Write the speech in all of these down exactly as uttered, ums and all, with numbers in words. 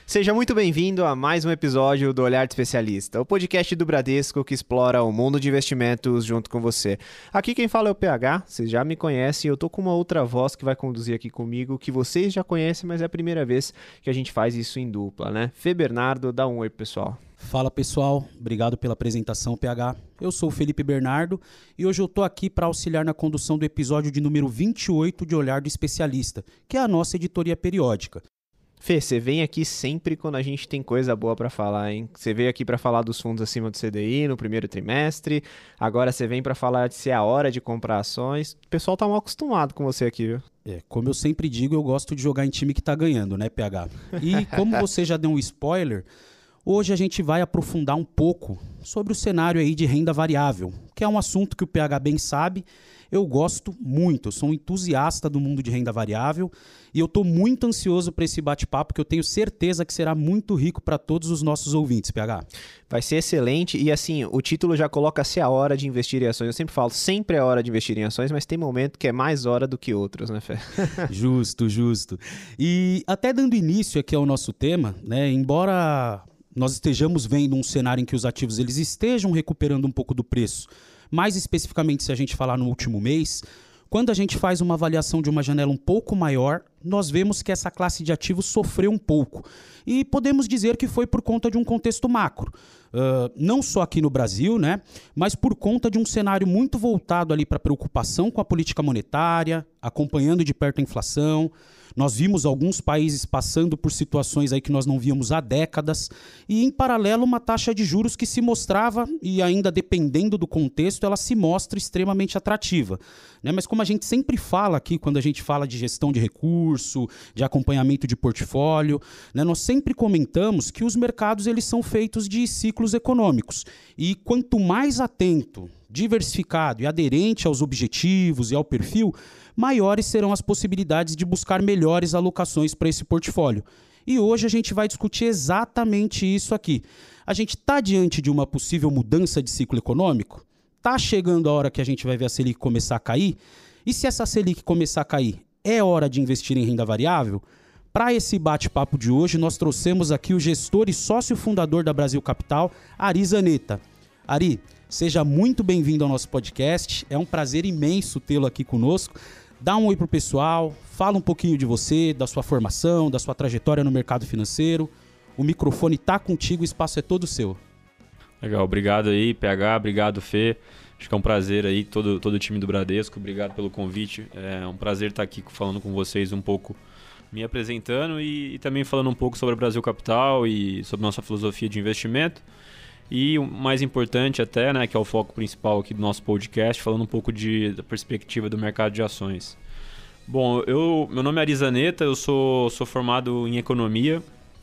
Seja muito bem-vindo a mais um episódio do Olhar de Especialista, o podcast do Bradesco que explora o mundo de investimentos junto com você. Aqui quem fala é o P H, vocês já me conhecem, eu tô com uma outra voz que vai conduzir aqui comigo, que vocês já conhecem, mas é a primeira vez que a gente faz isso em dupla, né? Fê Bernardo, dá um oi pro pessoal. Fala pessoal, obrigado pela apresentação, P H. Eu sou o Felipe Bernardo e hoje eu tô aqui para auxiliar na condução do episódio de número vinte e oito de Olhar do Especialista, que é a nossa editoria periódica. Fê, você vem aqui sempre quando a gente tem coisa boa para falar, hein? Você veio aqui para falar dos fundos acima do C D I no primeiro trimestre, agora você vem para falar de se é a hora de comprar ações. O pessoal tá mal acostumado com você aqui, viu? É, como eu sempre digo, eu gosto de jogar em time que tá ganhando, né, P H? E como você já deu um spoiler, hoje a gente vai aprofundar um pouco sobre o cenário aí de renda variável, que é um assunto que o P H bem sabe. Eu gosto muito, eu sou um entusiasta do mundo de renda variável e eu estou muito ansioso para esse bate-papo, que eu tenho certeza que será muito rico para todos os nossos ouvintes, P H. Vai ser excelente e assim, o título já coloca se a hora de investir em ações. Eu sempre falo, sempre é hora de investir em ações, mas tem momento que é mais hora do que outros, né, Fê? Justo, justo. E até dando início aqui ao nosso tema, né, embora nós estejamos vendo um cenário em que os ativos eles estejam recuperando um pouco do preço, mais especificamente se a gente falar no último mês, quando a gente faz uma avaliação de uma janela um pouco maior, nós vemos que essa classe de ativos sofreu um pouco. E podemos dizer que foi por conta de um contexto macro. Uh, não só aqui no Brasil, né, mas por conta de um cenário muito voltado ali para preocupação com a política monetária, acompanhando de perto a inflação. Nós vimos alguns países passando por situações aí que nós não víamos há décadas e, em paralelo, uma taxa de juros que se mostrava, e ainda dependendo do contexto, ela se mostra extremamente atrativa, né? Mas como a gente sempre fala aqui, quando a gente fala de gestão de recurso, de acompanhamento de portfólio, né, nós sempre comentamos que os mercados eles são feitos de ciclos econômicos e quanto mais atento, diversificado e aderente aos objetivos e ao perfil, maiores serão as possibilidades de buscar melhores alocações para esse portfólio. E hoje a gente vai discutir exatamente isso aqui. A gente está diante de uma possível mudança de ciclo econômico? Está chegando a hora que a gente vai ver a Selic começar a cair? E se essa Selic começar a cair, é hora de investir em renda variável? Para esse bate-papo de hoje, nós trouxemos aqui o gestor e sócio fundador da Brasil Capital, Ari Zanetta. Ari, seja muito bem-vindo ao nosso podcast. É um prazer imenso tê-lo aqui conosco. Dá um oi pro pessoal, fala um pouquinho de você, da sua formação, da sua trajetória no mercado financeiro. O microfone está contigo, o espaço é todo seu. Legal, obrigado aí, P H, obrigado, Fê. Acho que é um prazer aí, todo, todo o time do Bradesco, obrigado pelo convite. É um prazer estar aqui falando com vocês um pouco, me apresentando e, e também falando um pouco sobre o Brasil Capital e sobre nossa filosofia de investimento. E o mais importante até, né, que é o foco principal aqui do nosso podcast, falando um pouco de, da perspectiva do mercado de ações. Bom, eu, meu nome é Ari Zanetta, eu sou, sou formado em economia.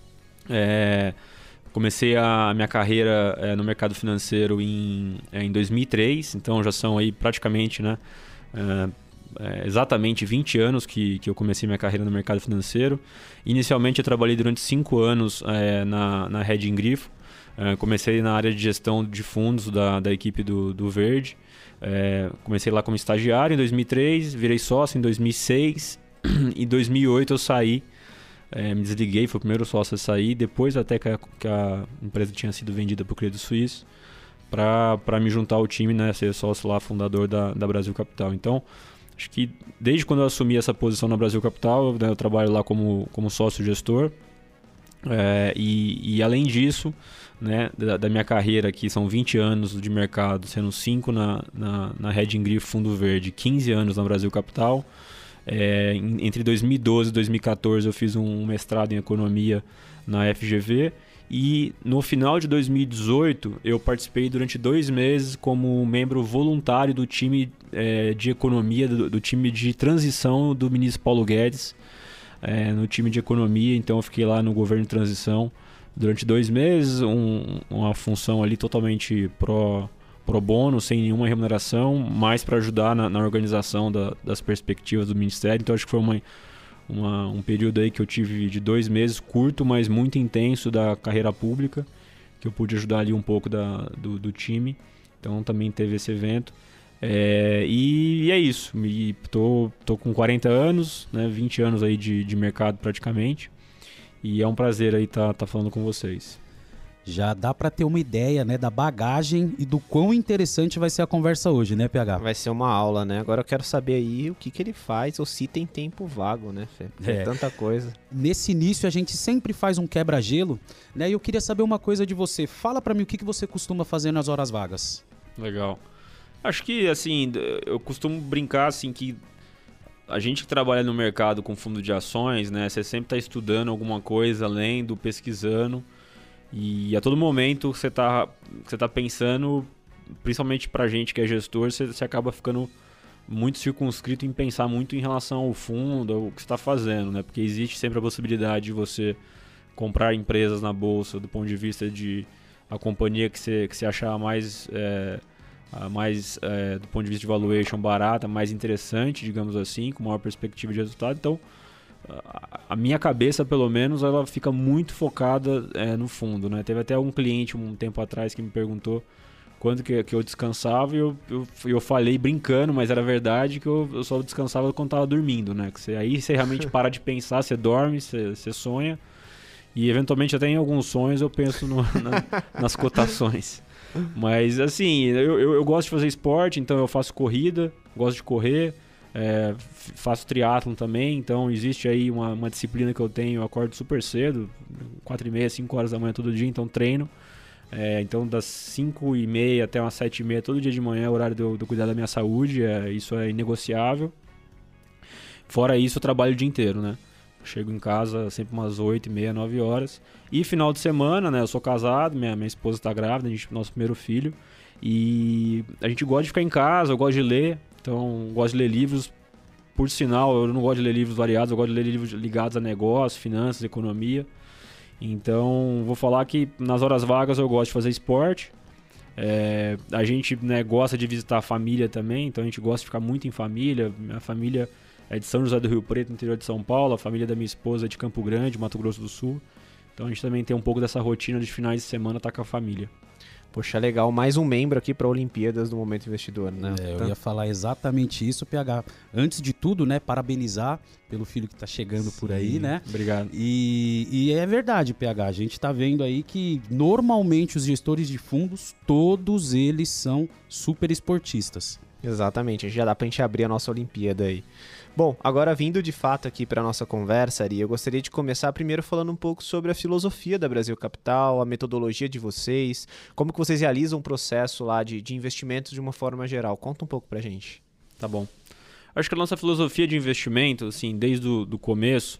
É, comecei a minha carreira é, no mercado financeiro em, é, em dois mil e três, então já são aí praticamente, né, é, é, exatamente vinte anos que, que eu comecei minha carreira no mercado financeiro. Inicialmente eu trabalhei durante cinco anos é, na, na Hedging Grifo. Uh, comecei na área de gestão de fundos da, da equipe do, do Verde. Uh, comecei lá como estagiário em dois mil e três, virei sócio em dois mil e seis. Em dois mil e oito eu saí, uh, me desliguei, fui o primeiro sócio a sair, depois até que a, que a empresa tinha sido vendida para o Credit Suisse, para me juntar ao time, né, ser sócio lá, fundador da, da Brasil Capital. Então, acho que desde quando eu assumi essa posição na Brasil Capital, né, eu trabalho lá como, como sócio gestor. É, e, e além disso, né, da, da minha carreira aqui, são vinte anos de mercado, sendo cinco na, na, na Hedging Grifo Fundo Verde, quinze anos na Brasil Capital. É, em, entre dois mil e doze e dois mil e quatorze eu fiz um mestrado em economia na F G V e no final de dois mil e dezoito eu participei durante dois meses como membro voluntário do time é, de economia, do, do time de transição do ministro Paulo Guedes. É, no time de economia, então eu fiquei lá no governo de transição durante dois meses, um, uma função ali totalmente pro, pro bono, sem nenhuma remuneração, mais para ajudar na, na organização da, das perspectivas do Ministério. Então acho que foi uma, uma, um período aí que eu tive de dois meses, curto, mas muito intenso da carreira pública, que eu pude ajudar ali um pouco da, do, do time. Então também teve esse evento. É, e, e é isso, e tô, tô com quarenta anos, né, vinte anos aí de, de mercado praticamente, E é um prazer aí estar tá, tá falando com vocês. Já dá para ter uma ideia, né, da bagagem e do quão interessante vai ser a conversa hoje, né, P H? Vai ser uma aula, né? Agora eu quero saber aí o que, que ele faz ou se tem tempo vago, né, Fê? É tanta coisa. Nesse início a gente sempre faz um quebra-gelo, né? E eu queria saber uma coisa de você. Fala para mim o que, que você costuma fazer nas horas vagas. Legal. Acho que, assim, eu costumo brincar, assim, que a gente que trabalha no mercado com fundo de ações, né? Você sempre está estudando alguma coisa, lendo, pesquisando. E a todo momento você está você tá pensando, principalmente pra gente que é gestor, você, você acaba ficando muito circunscrito em pensar muito em relação ao fundo, ao que você está fazendo, né? Porque existe sempre a possibilidade de você comprar empresas na bolsa do ponto de vista de a companhia que você, que você achar mais, é, mais é, do ponto de vista de valuation barata, mais interessante, digamos assim, com maior perspectiva de resultado. Então, a minha cabeça, pelo menos, ela fica muito focada é, no fundo, né? Teve até um cliente um tempo atrás que me perguntou quando que, que eu descansava e eu, eu, eu falei brincando, mas era verdade que eu, eu só descansava quando estava dormindo, né? Que você, aí você realmente para de pensar, você dorme, você, você sonha e eventualmente até em alguns sonhos eu penso no, na, nas cotações. Mas assim, eu, eu, eu gosto de fazer esporte, então eu faço corrida, gosto de correr. É, faço triatlon também, então existe aí uma, uma disciplina que eu tenho, eu acordo super cedo, quatro e meia, cinco horas da manhã todo dia, então treino. É, então das cinco e meia até umas sete e meia todo dia de manhã é o horário de eu, de eu cuidar da minha saúde, é, isso é inegociável. Fora isso eu trabalho o dia inteiro, né? Chego em casa sempre umas oito e meia, nove horas. E final de semana, né? Eu sou casado, minha, minha esposa está grávida, a gente nosso primeiro filho. E a gente gosta de ficar em casa, eu gosto de ler. Então, gosto de ler livros, por sinal, eu não gosto de ler livros variados, eu gosto de ler livros ligados a negócio, finanças, economia. Então, vou falar que nas horas vagas eu gosto de fazer esporte. É, a gente, né, gosta de visitar a família também, então a gente gosta de ficar muito em família. Minha família é de São José do Rio Preto, no interior de São Paulo, a família da minha esposa é de Campo Grande, Mato Grosso do Sul. Então a gente também tem um pouco dessa rotina de finais de semana estar com a família. Poxa, legal. Mais um membro aqui para Olimpíadas do Momento Investidor, né? É, eu ia falar exatamente isso, P H. Antes de tudo, né, parabenizar pelo filho que está chegando Sim, por aí, né? Obrigado. E, e é verdade, P H. A gente está vendo aí que normalmente os gestores de fundos, todos eles são super esportistas. Exatamente. Já dá para a gente abrir a nossa Olimpíada aí. Bom, agora vindo de fato aqui para a nossa conversa, Ari, eu gostaria de começar primeiro falando um pouco sobre a filosofia da Brasil Capital, a metodologia de vocês, como que vocês realizam o processo lá de, de investimentos de uma forma geral. Conta um pouco para a gente. Tá bom. Acho que a nossa filosofia de investimento, assim, desde o do começo,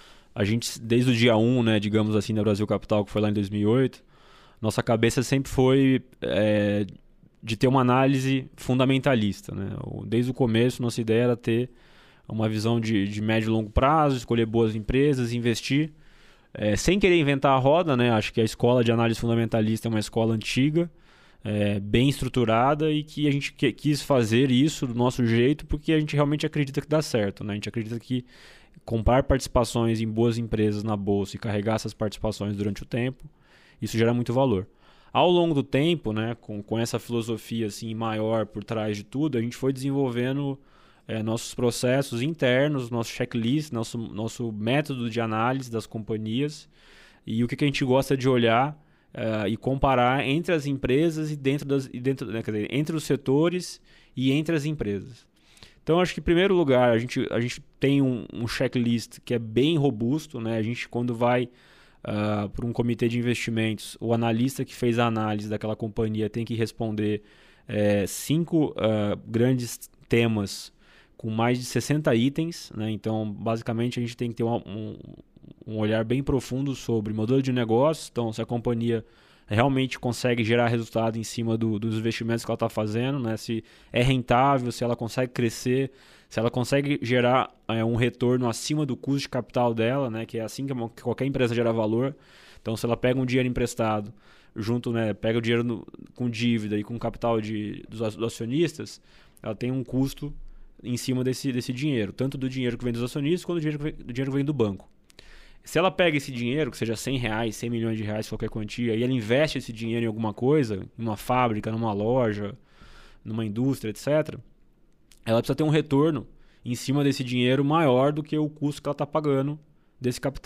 a gente, desde o dia um, né, digamos assim, da Brasil Capital, que foi lá em dois mil e oito, nossa cabeça sempre foi é, de ter uma análise fundamentalista, né? Desde o começo, nossa ideia era ter uma visão de, de médio e longo prazo, escolher boas empresas, investir, é, sem querer inventar a roda, né? Acho que a escola de análise fundamentalista é uma escola antiga, é, bem estruturada e que a gente que, quis fazer isso do nosso jeito porque a gente realmente acredita que dá certo, né? A gente acredita que comprar participações em boas empresas na bolsa e carregar essas participações durante o tempo, isso gera muito valor. Ao longo do tempo, né, com, com essa filosofia assim, maior por trás de tudo, a gente foi desenvolvendo É, nossos processos internos, nosso checklist, nosso, nosso método de análise das companhias e o que, que a gente gosta de olhar uh, e comparar entre as empresas e dentro das, e dentro, né, quer dizer, entre os setores e entre as empresas. Então, acho que em primeiro lugar, a gente, a gente tem um, um checklist que é bem robusto, né? A gente, quando vai uh, para um comitê de investimentos, o analista que fez a análise daquela companhia tem que responder é, cinco uh, grandes temas com mais de sessenta itens, né? Então, basicamente, a gente tem que ter uma, um, um olhar bem profundo sobre modelo de negócio, então, se a companhia realmente consegue gerar resultado em cima do, dos investimentos que ela está fazendo, né? Se é rentável, se ela consegue crescer, se ela consegue gerar é, um retorno acima do custo de capital dela, né? Que é assim que, uma, que qualquer empresa gera valor. Então, se ela pega um dinheiro emprestado, junto, né, pega o dinheiro no, com dívida e com capital de, dos, dos acionistas, ela tem um custo em cima desse, desse dinheiro, tanto do dinheiro que vem dos acionistas quanto do dinheiro que vem, do dinheiro que vem do banco. Se ela pega esse dinheiro, que seja cem reais, cem milhões de reais, qualquer quantia, e ela investe esse dinheiro em alguma coisa, em uma fábrica, numa loja, numa indústria, etcétera, ela precisa ter um retorno em cima desse dinheiro maior do que o custo que ela está pagando desse capital.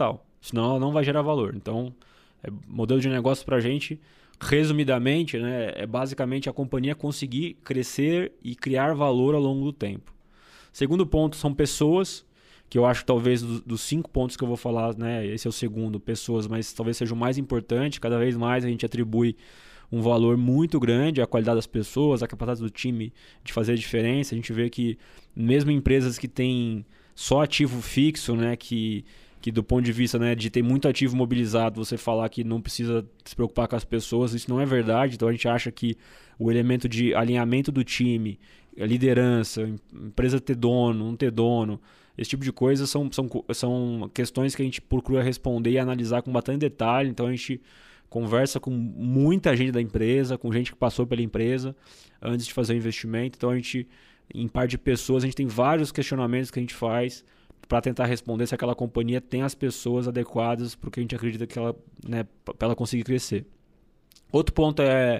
senão ela não vai gerar valor. Então, é, modelo de negócio para a gente, resumidamente, né, é basicamente a companhia conseguir crescer e criar valor ao longo do tempo. Segundo ponto são pessoas, que eu acho que talvez dos, dos cinco pontos que eu vou falar, né, esse é o segundo, pessoas, mas talvez seja o mais importante. Cada vez mais a gente atribui um valor muito grande à qualidade das pessoas, à capacidade do time de fazer a diferença. A gente vê que mesmo empresas que têm só ativo fixo, né, que, que do ponto de vista, né, de ter muito ativo mobilizado, você falar que não precisa se preocupar com as pessoas, isso não é verdade. Então a gente acha que o elemento de alinhamento do time, a liderança, empresa ter dono, não ter dono, esse tipo de coisa são, são, são questões que a gente procura responder e analisar com bastante detalhe. Então a gente conversa com muita gente da empresa, com gente que passou pela empresa antes de fazer o investimento. Então a gente, em parte de pessoas, a gente tem vários questionamentos que a gente faz para tentar responder se aquela companhia tem as pessoas adequadas para o que a gente acredita que ela, né, para ela conseguir crescer. Outro ponto é,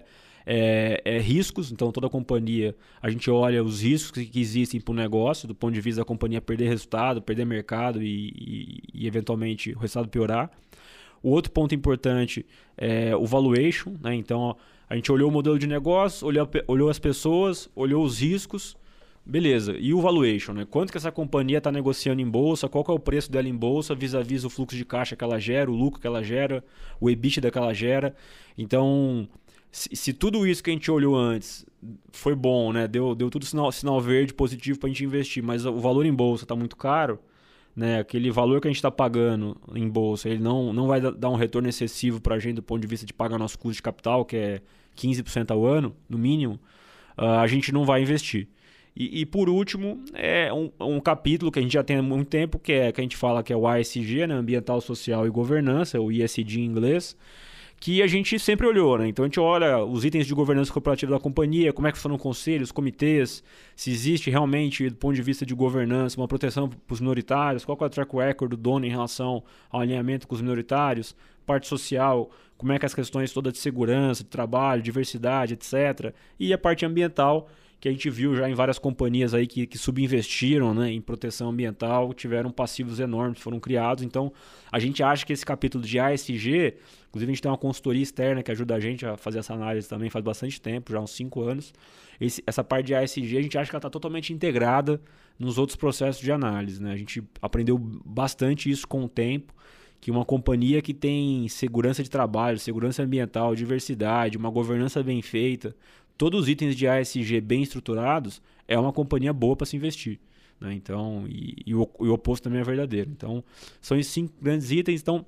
é, é riscos. Então toda companhia, a gente olha os riscos que, que existem para o negócio, do ponto de vista da companhia perder resultado, perder mercado e, e, e eventualmente o resultado piorar. O outro ponto importante é o valuation, né? Então ó, a gente olhou o modelo de negócio, olhou, olhou as pessoas, olhou os riscos, beleza. E o valuation, né? Quanto que essa companhia está negociando em bolsa, qual que é o preço dela em bolsa, vis-a-vis o fluxo de caixa que ela gera, o lucro que ela gera, o EBITDA que ela gera. Então, se, se tudo isso que a gente olhou antes foi bom, né? Deu, deu tudo sinal, sinal verde positivo para a gente investir, mas o valor em bolsa está muito caro, né, aquele valor que a gente está pagando em bolsa, ele não, não vai dar um retorno excessivo para a gente do ponto de vista de pagar nosso custo de capital, que é quinze por cento ao ano, no mínimo, uh, a gente não vai investir. E, e por último, é um, um capítulo que a gente já tem há muito tempo, que é que a gente fala que é o A S G, né, Ambiental, Social e Governança, o E S G em inglês, que a gente sempre olhou, né? Então a gente olha os itens de governança corporativa da companhia, como é que funcionam os conselhos, os comitês, se existe realmente, do ponto de vista de governança, uma proteção para os minoritários, qual é o track record do dono em relação ao alinhamento com os minoritários, parte social, como é que as questões todas de segurança, de trabalho, diversidade, etcétera. E a parte ambiental, que a gente viu já em várias companhias aí que, que subinvestiram, né, em proteção ambiental, tiveram passivos enormes, foram criados. Então, a gente acha que esse capítulo de A S G, inclusive a gente tem uma consultoria externa que ajuda a gente a fazer essa análise também faz bastante tempo, já há uns cinco anos. Esse, essa parte de A S G, a gente acha que ela está totalmente integrada nos outros processos de análise, né? A gente aprendeu bastante isso com o tempo, que uma companhia que tem segurança de trabalho, segurança ambiental, diversidade, uma governança bem feita, todos os itens de A S G bem estruturados, é uma companhia boa para se investir, né? Então, e, e, o, e o oposto também é verdadeiro. Então, são esses cinco grandes itens. Então,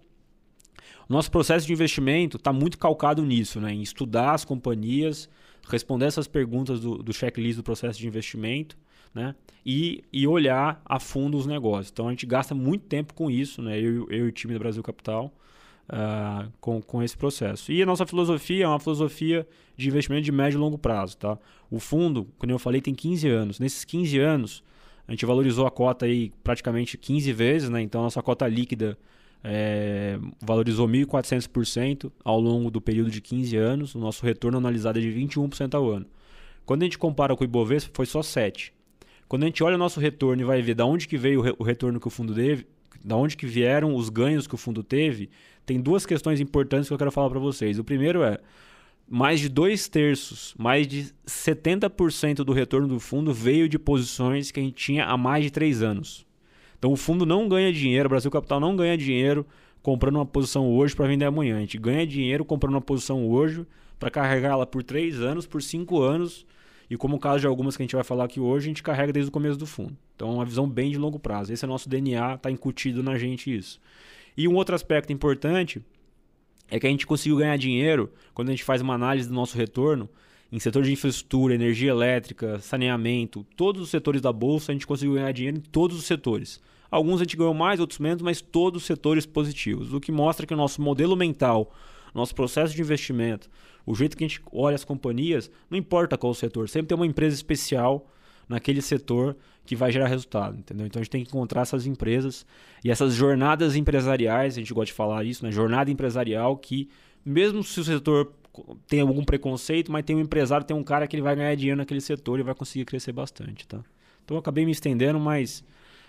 o nosso processo de investimento está muito calcado nisso, né? Em estudar as companhias, responder essas perguntas do, do checklist do processo de investimento, né? E, e olhar a fundo os negócios. Então, a gente gasta muito tempo com isso, né? Eu, eu e o time do Brasil Capital, uh, com, com esse processo. E a nossa filosofia é uma filosofia de investimento de médio e longo prazo, tá? O fundo, como eu falei, tem quinze anos. Nesses quinze anos, a gente valorizou a cota aí praticamente quinze vezes, né? Então, a nossa cota líquida é, valorizou mil e quatrocentos por cento ao longo do período de quinze anos. O nosso retorno analisado é de vinte e um por cento ao ano. Quando a gente compara com o Ibovespa, foi só sete por cento. Quando a gente olha o nosso retorno e vai ver de onde que veio o retorno que o fundo teve, de onde que vieram os ganhos que o fundo teve, tem duas questões importantes que eu quero falar para vocês. O primeiro é, mais de dois terços, mais de setenta por cento do retorno do fundo veio de posições que a gente tinha há mais de três anos. Então o fundo não ganha dinheiro, o Brasil Capital não ganha dinheiro comprando uma posição hoje para vender amanhã. A gente ganha dinheiro comprando uma posição hoje para carregá-la por três anos, por cinco anos. E como o caso de algumas que a gente vai falar aqui hoje, a gente carrega desde o começo do fundo. Então é uma visão bem de longo prazo. Esse é o nosso D N A, está incutido na gente isso. E um outro aspecto importante é que a gente conseguiu ganhar dinheiro quando a gente faz uma análise do nosso retorno em setor de infraestrutura, energia elétrica, saneamento, todos os setores da bolsa, a gente conseguiu ganhar dinheiro em todos os setores. Alguns a gente ganhou mais, outros menos, mas todos os setores positivos. O que mostra que o nosso modelo mental, nosso processo de investimento, o jeito que a gente olha as companhias, não importa qual o setor, sempre tem uma empresa especial naquele setor que vai gerar resultado, entendeu? Então a gente tem que encontrar essas empresas e essas jornadas empresariais, a gente gosta de falar isso, né? Jornada empresarial que, mesmo se o setor tem algum preconceito, mas tem um empresário, tem um cara que ele vai ganhar dinheiro naquele setor e vai conseguir crescer bastante, tá? Então eu acabei me estendendo, mas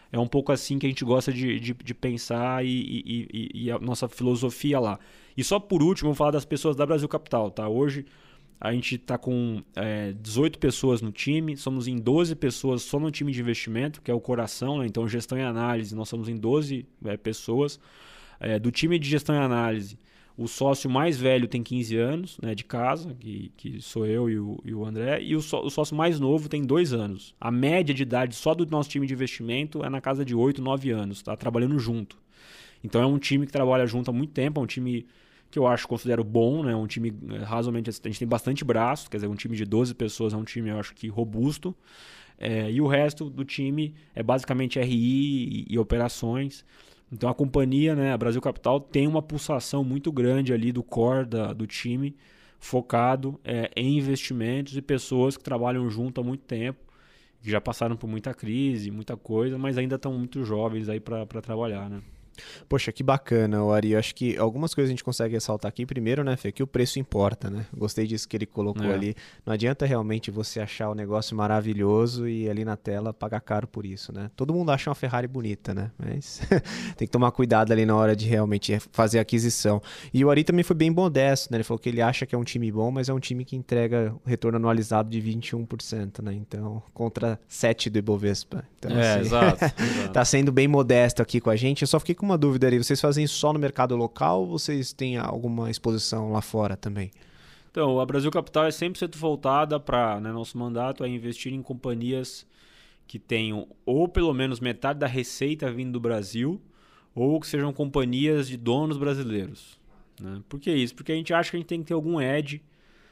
é um pouco assim que a gente gosta de, de, de pensar e, e, e, e a nossa filosofia lá. E só por último, vou falar das pessoas da Brasil Capital, tá? Hoje a gente está com é, dezoito pessoas no time, somos em doze pessoas só no time de investimento, que é o coração, né? Então gestão e análise, nós somos em doze é, pessoas. É, do time de gestão e análise, o sócio mais velho tem quinze anos, né, de casa, que, que sou eu e o, e o André, e o, só, o sócio mais novo tem dois anos. A média de idade só do nosso time de investimento é na casa de oito, nove anos, tá trabalhando junto. Então é um time que trabalha junto há muito tempo, é um time que eu acho, considero bom, né? Um time razoavelmente, a gente tem bastante braço, quer dizer, um time de doze pessoas é um time, eu acho que robusto, é, e o resto do time é basicamente R I e, e operações. Então a companhia, né, a Brasil Capital, tem uma pulsação muito grande ali do core da, do time, focado é, em investimentos e pessoas que trabalham junto há muito tempo, que já passaram por muita crise, muita coisa, mas ainda estão muito jovens aí para trabalhar, né? Poxa, que bacana, Ari. Eu acho que algumas coisas a gente consegue ressaltar aqui. Primeiro, né, Fê, que o preço importa, né? Gostei disso que ele colocou É. ali. Não adianta realmente você achar o negócio maravilhoso e ali na tela pagar caro por isso, né? Todo mundo acha uma Ferrari bonita, né? Mas tem que tomar cuidado ali na hora de realmente fazer a aquisição. E o Ari também foi bem modesto, né? Ele falou que ele acha que é um time bom, mas é um time que entrega retorno anualizado de vinte e um por cento, né? Então, contra sete do Ibovespa. Então, É, assim, exato, exato. tá sendo bem modesto aqui com a gente. Eu só fiquei com uma dúvida ali, vocês fazem isso só no mercado local ou vocês têm alguma exposição lá fora também? Então, a Brasil Capital é cem por cento voltada para, né, nosso mandato é investir em companhias que tenham ou pelo menos metade da receita vindo do Brasil ou que sejam companhias de donos brasileiros. Né? Por que isso? Porque a gente acha que a gente tem que ter algum edge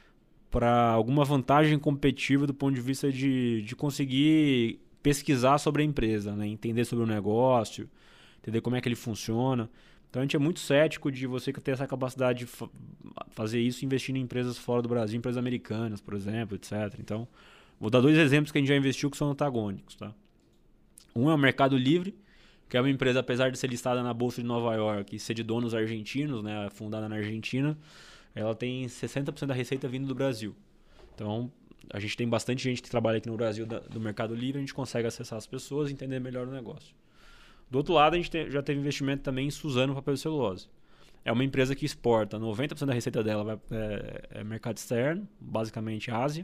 para alguma vantagem competitiva do ponto de vista de, de conseguir pesquisar sobre a empresa, né? Entender sobre o negócio, entender como é que ele funciona. Então a gente é muito cético de você ter essa capacidade de fa- fazer isso investindo em empresas fora do Brasil, empresas americanas, por exemplo, etcétera. Então, vou dar dois exemplos que a gente já investiu que são antagônicos. Tá? Um é o Mercado Livre, que é uma empresa, apesar de ser listada na Bolsa de Nova York e ser de donos argentinos, né, fundada na Argentina, ela tem sessenta por cento da receita vindo do Brasil. Então, a gente tem bastante gente que trabalha aqui no Brasil da, do Mercado Livre, a gente consegue acessar as pessoas e entender melhor o negócio. Do outro lado, a gente te, já teve investimento também em Suzano Papel e Celulose. É uma empresa que exporta, noventa por cento da receita dela vai, é, é mercado externo, basicamente Ásia.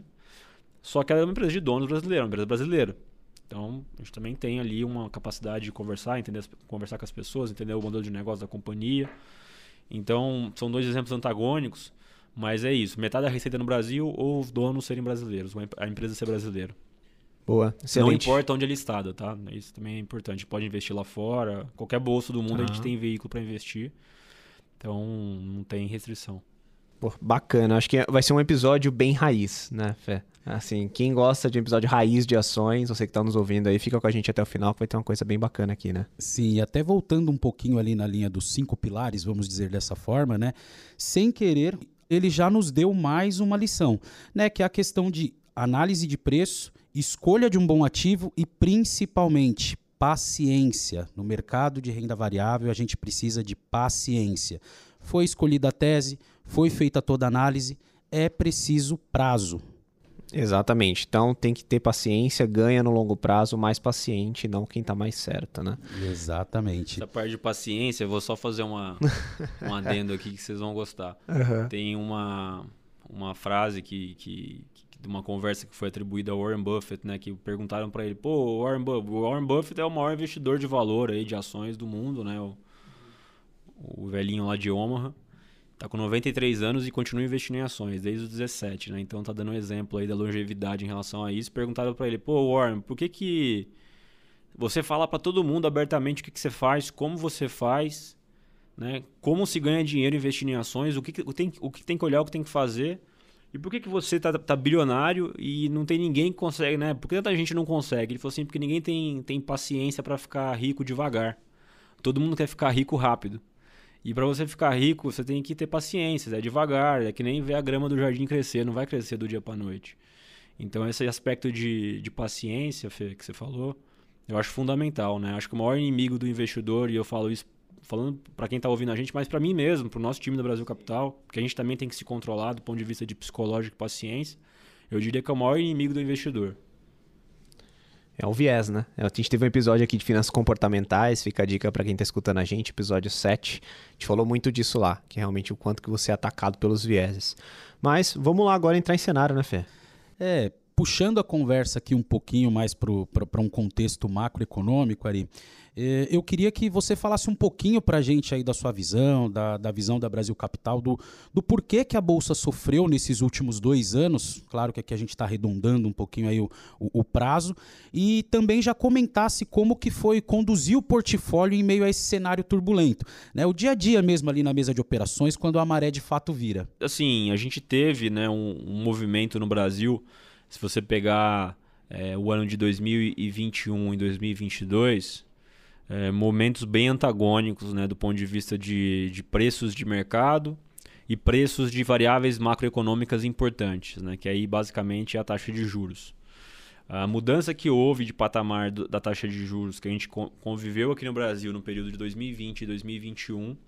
Só que ela é uma empresa de donos brasileiros, uma empresa brasileira. Então, a gente também tem ali uma capacidade de conversar, entender, conversar com as pessoas, entender o modelo de negócio da companhia. Então, são dois exemplos antagônicos, mas é isso. Metade da receita no Brasil ou os donos serem brasileiros, a empresa ser brasileira. Boa, excelente. Não importa onde ele está, tá? Isso também é importante. Pode investir lá fora. Qualquer bolso do mundo Ah. a gente tem veículo para investir. Então, não tem restrição. Pô, bacana, acho que vai ser um episódio bem raiz, né, Fé? Assim, quem gosta de um episódio raiz de ações, você que tá nos ouvindo aí, fica com a gente até o final que vai ter uma coisa bem bacana aqui, né? Sim, e até voltando um pouquinho ali na linha dos cinco pilares, vamos dizer dessa forma, né? Sem querer, ele já nos deu mais uma lição, né? Que é a questão de análise de preço, escolha de um bom ativo e principalmente paciência. No mercado de renda variável, a gente precisa de paciência. Foi escolhida a tese, foi feita toda a análise, é preciso prazo. Exatamente. Então tem que ter paciência, ganha no longo prazo mais paciente, não quem tá mais certo, né? Exatamente. Essa parte de paciência, eu vou só fazer uma, um adendo aqui que vocês vão gostar. Uhum. Tem uma, uma frase que, que, que de uma conversa que foi atribuída ao Warren Buffett, né? Que perguntaram para ele, pô, Warren Buffett, o Warren Buffett é o maior investidor de valor aí, de ações do mundo, né? O, o velhinho lá de Omaha. Tá com noventa e três anos e continua investindo em ações desde os dezessete, né? Então tá dando um exemplo aí da longevidade em relação a isso. Perguntaram para ele, pô, Warren, por que que você fala para todo mundo abertamente o que que você faz, como você faz, né? Como se ganha dinheiro investindo em ações, o que que tem, o que tem que olhar, o que tem que fazer, e por que que você tá, tá bilionário e não tem ninguém que consegue, né? Por que tanta gente não consegue? Ele falou assim, porque ninguém tem, tem paciência para ficar rico devagar. Todo mundo quer ficar rico rápido. E para você ficar rico, você tem que ter paciência, é devagar, é que nem ver a grama do jardim crescer, não vai crescer do dia para noite. Então esse aspecto de, de paciência, Fê, que você falou, eu acho fundamental, né? Acho que o maior inimigo do investidor, e eu falo isso falando para quem está ouvindo a gente, mas para mim mesmo, para o nosso time do Brasil Capital, porque a gente também tem que se controlar do ponto de vista de psicológico e paciência, eu diria que é o maior inimigo do investidor. É o viés, né? A gente teve um episódio aqui de finanças comportamentais, fica a dica para quem tá escutando a gente, episódio sete. A gente falou muito disso lá, que é realmente o quanto que você é atacado pelos vieses. Mas vamos lá agora entrar em cenário, né, Fê? É, puxando a conversa aqui um pouquinho mais para um contexto macroeconômico, Ari, eh, eu queria que você falasse um pouquinho para a gente aí da sua visão, da, da visão da Brasil Capital, do, do porquê que a Bolsa sofreu nesses últimos dois anos. Claro que aqui a gente está arredondando um pouquinho aí o, o, o prazo. E também já comentasse como que foi conduzir o portfólio em meio a esse cenário turbulento, né? O dia a dia mesmo ali na mesa de operações, quando a maré de fato vira. Assim, a gente teve, né, um, um movimento no Brasil. Se você pegar é, o ano de dois mil e vinte e um e dois mil e vinte e dois, é, momentos bem antagônicos, né, do ponto de vista de, de preços de mercado e preços de variáveis macroeconômicas importantes, né, que aí basicamente é a taxa de juros. A mudança que houve de patamar do, da taxa de juros que a gente conviveu aqui no Brasil no período de dois mil e vinte e dois mil e vinte e um,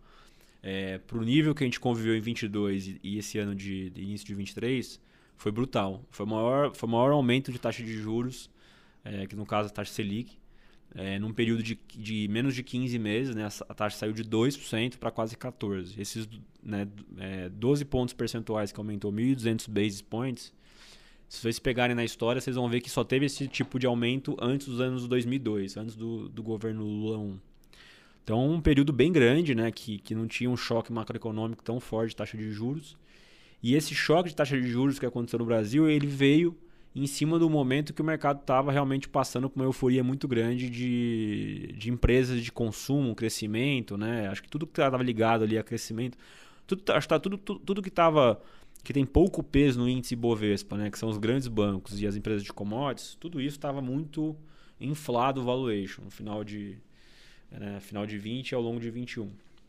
é, para o nível que a gente conviveu em vinte e dois e, e esse ano de, de início de vinte e três, foi brutal. Foi o maior, foi o maior aumento de taxa de juros, é, que no caso a taxa Selic, é, num período de, de menos de quinze meses, né, a taxa saiu de dois por cento para quase quatorze por cento. Esses, né, é, doze pontos percentuais que aumentou mil e duzentos basis points, se vocês pegarem na história, vocês vão ver que só teve esse tipo de aumento antes dos anos dois mil e dois, antes do, do governo Lula um. Então, um período bem grande, né, que, que não tinha um choque macroeconômico tão forte de taxa de juros. E esse choque de taxa de juros que aconteceu no Brasil, ele veio em cima do momento que o mercado estava realmente passando por uma euforia muito grande de, de empresas de consumo, crescimento, né? Acho que tudo que estava ligado ali a crescimento, tudo, acho que tá, tudo, tudo, tudo que estava, que tem pouco peso no índice Bovespa, né? Que são os grandes bancos e as empresas de commodities, tudo isso estava muito inflado o valuation no final de, né, final de vinte e ao longo de vinte e um.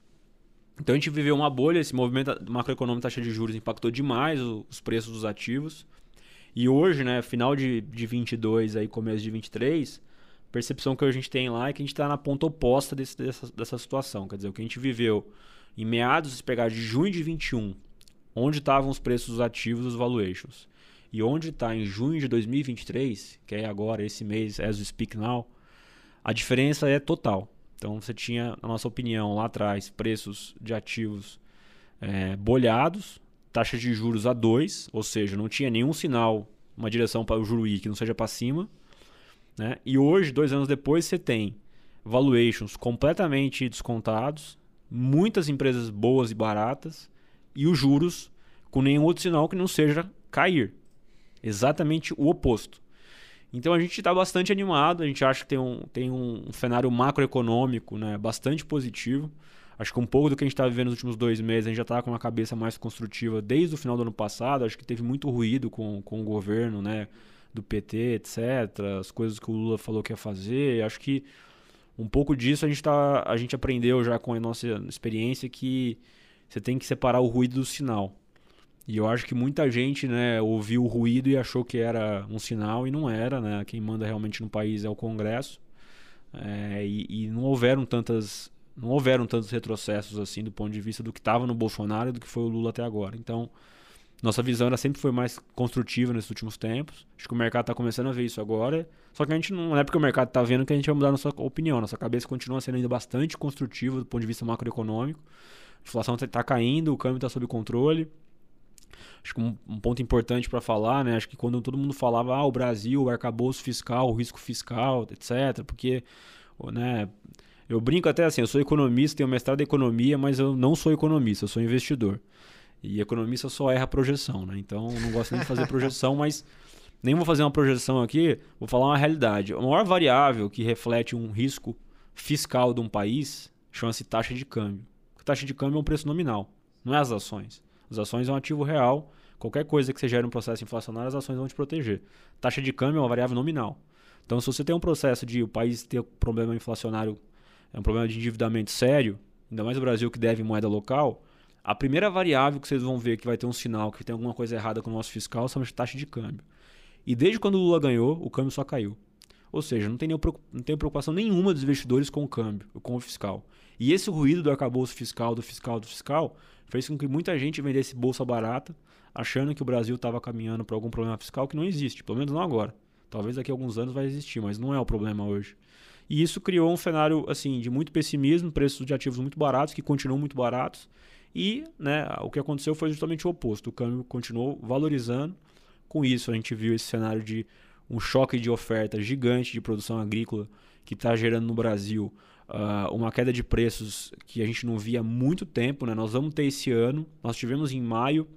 Então a gente viveu uma bolha, esse movimento macroeconômico taxa de juros impactou demais os preços dos ativos. E hoje, né, final de, de vinte e dois, aí, começo de vinte e três, a percepção que a gente tem lá é que a gente está na ponta oposta desse, dessa, dessa situação. Quer dizer, o que a gente viveu em meados, se pegar de junho de vinte e um, onde estavam os preços dos ativos, os valuations, e onde está em junho de dois mil e vinte e três, que é agora, esse mês, as we speak now, a diferença é total. Então você tinha, na nossa opinião, lá atrás, preços de ativos é, bolhados, taxa de juros a dois, ou seja, não tinha nenhum sinal, uma direção para o juro I que não seja para cima, né? E hoje, dois anos depois, você tem valuations completamente descontados, muitas empresas boas e baratas, e os juros com nenhum outro sinal que não seja cair. Exatamente o oposto. Então a gente está bastante animado, a gente acha que tem um, tem um cenário macroeconômico, né, bastante positivo. Acho que um pouco do que a gente está vivendo nos últimos dois meses, a gente já está com uma cabeça mais construtiva desde o final do ano passado. Acho que teve muito ruído com, com o governo, né, do P T, etcétera. As coisas que o Lula falou que ia fazer. Acho que um pouco disso a gente, tá, a gente aprendeu já com a nossa experiência que você tem que separar o ruído do sinal. E eu acho que muita gente, né, ouviu o ruído e achou que era um sinal e não era, né? Quem manda realmente no país é o Congresso. É, e, e não houveram tantas, não houveram tantos retrocessos assim do ponto de vista do que estava no Bolsonaro e do que foi o Lula até agora. Então, nossa visão ela sempre foi mais construtiva nesses últimos tempos. Acho que o mercado está começando a ver isso agora. Só que a gente não é porque o mercado está vendo que a gente vai mudar a nossa opinião. Nossa cabeça continua sendo ainda bastante construtiva do ponto de vista macroeconômico. A inflação está caindo, o câmbio está sob controle. Acho que um, um ponto importante para falar, né? Acho que quando todo mundo falava, ah, o Brasil, o arcabouço fiscal, o risco fiscal, etcétera. Porque, né? Eu brinco até assim, eu sou economista, tenho mestrado em economia, mas eu não sou economista, eu sou investidor. E economista só erra a projeção, né? Então, eu não gosto nem de fazer projeção, mas nem vou fazer uma projeção aqui, vou falar uma realidade. A maior variável que reflete um risco fiscal de um país chama-se taxa de câmbio. A taxa de câmbio é um preço nominal, não é as ações. As ações é um ativo real. Qualquer coisa que você gere um processo inflacionário, as ações vão te proteger. Taxa de câmbio é uma variável nominal. Então, se você tem um processo de o país ter um problema inflacionário, é um problema de endividamento sério, ainda mais o Brasil que deve em moeda local, a primeira variável que vocês vão ver que vai ter um sinal que tem alguma coisa errada com o nosso fiscal são as taxas de câmbio. E desde quando o Lula ganhou, o câmbio só caiu. Ou seja, não tem, nenhum, não tem preocupação nenhuma dos investidores com o câmbio, com o fiscal. E esse ruído do arcabouço fiscal, do fiscal, do fiscal, fez com que muita gente vendesse bolsa barata, achando que o Brasil estava caminhando para algum problema fiscal que não existe, pelo menos não agora. Talvez daqui a alguns anos vai existir, mas não é o problema hoje. E isso criou um cenário assim, de muito pessimismo, preços de ativos muito baratos, que continuam muito baratos. E né, o que aconteceu foi justamente o oposto. O câmbio continuou valorizando. Com isso, a gente viu esse cenário de um choque de oferta gigante de produção agrícola que está gerando no Brasil uh, uma queda de preços que a gente não via há muito tempo. Né? Nós vamos ter esse ano, nós tivemos em maio,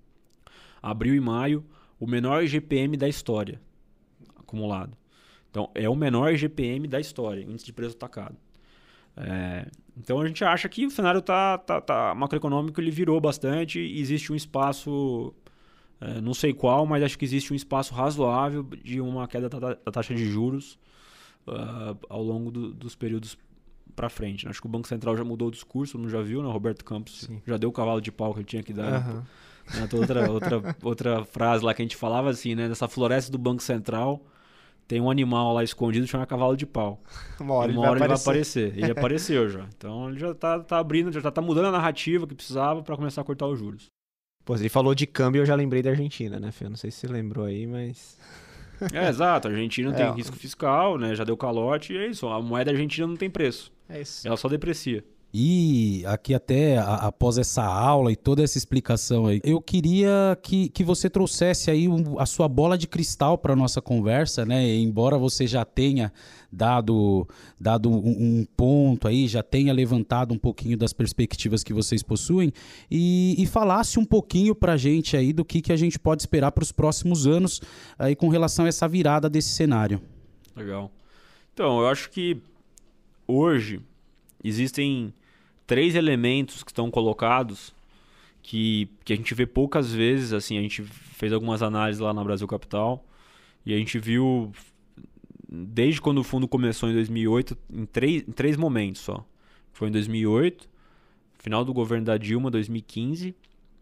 abril e maio, o menor I G P M da história acumulado. Então, é o menor I G P M da história, índice de preço atacado. É, então, a gente acha que o cenário tá, tá, tá macroeconômico, ele virou bastante, e existe um espaço... É, não sei qual, mas acho que existe um espaço razoável de uma queda da, da taxa de juros uh, ao longo do, dos períodos para frente. Acho que o Banco Central já mudou o discurso, não já viu, né? O Roberto Campos Sim. já deu o cavalo de pau que ele tinha que dar. Uhum. Né? Outra, outra, outra frase lá que a gente falava assim, né? Nessa floresta do Banco Central tem um animal lá escondido chamado cavalo de pau. Uma hora, uma ele, hora vai ele vai aparecer. Ele apareceu já. Então ele já está tá abrindo, já está mudando a narrativa que precisava para começar a cortar os juros. Pô, ele falou de câmbio, eu já lembrei da Argentina, né, Fê? Não sei se você lembrou aí, mas... É, exato. A Argentina é, tem risco fiscal, né? Já deu calote e é isso. A moeda argentina não tem preço. É isso. Ela só deprecia. E aqui até a, após essa aula e toda essa explicação aí, eu queria que, que você trouxesse aí um, a sua bola de cristal para a nossa conversa, né? Embora você já tenha dado, dado um, um ponto aí, já tenha levantado um pouquinho das perspectivas que vocês possuem e, e falasse um pouquinho para a gente aí do que, que a gente pode esperar para os próximos anos aí com relação a essa virada desse cenário. Legal. Então, eu acho que hoje existem três elementos que estão colocados que, que a gente vê poucas vezes. Assim, a gente fez algumas análises lá na Brasil Capital e a gente viu, desde quando o fundo começou em dois mil e oito, em três, em três momentos só. Foi em dois mil e oito, final do governo da Dilma, dois mil e quinze,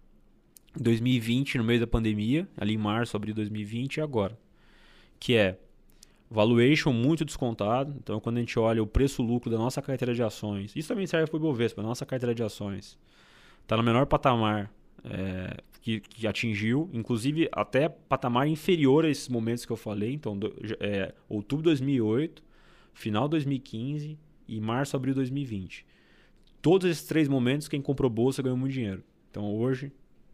dois mil e vinte, no meio da pandemia, ali em março, abril de dois mil e vinte e agora. Que é valuation muito descontado. Então, quando a gente olha o preço-lucro da nossa carteira de ações, isso também serve para o Ibovespa, a nossa carteira de ações está no menor patamar é, que, que atingiu, inclusive até patamar inferior a esses momentos que eu falei. Então, do, é, outubro de dois mil e oito, final de dois mil e quinze e março, abril de dois mil e vinte. Todos esses três momentos, quem comprou bolsa ganhou muito dinheiro. Então, hoje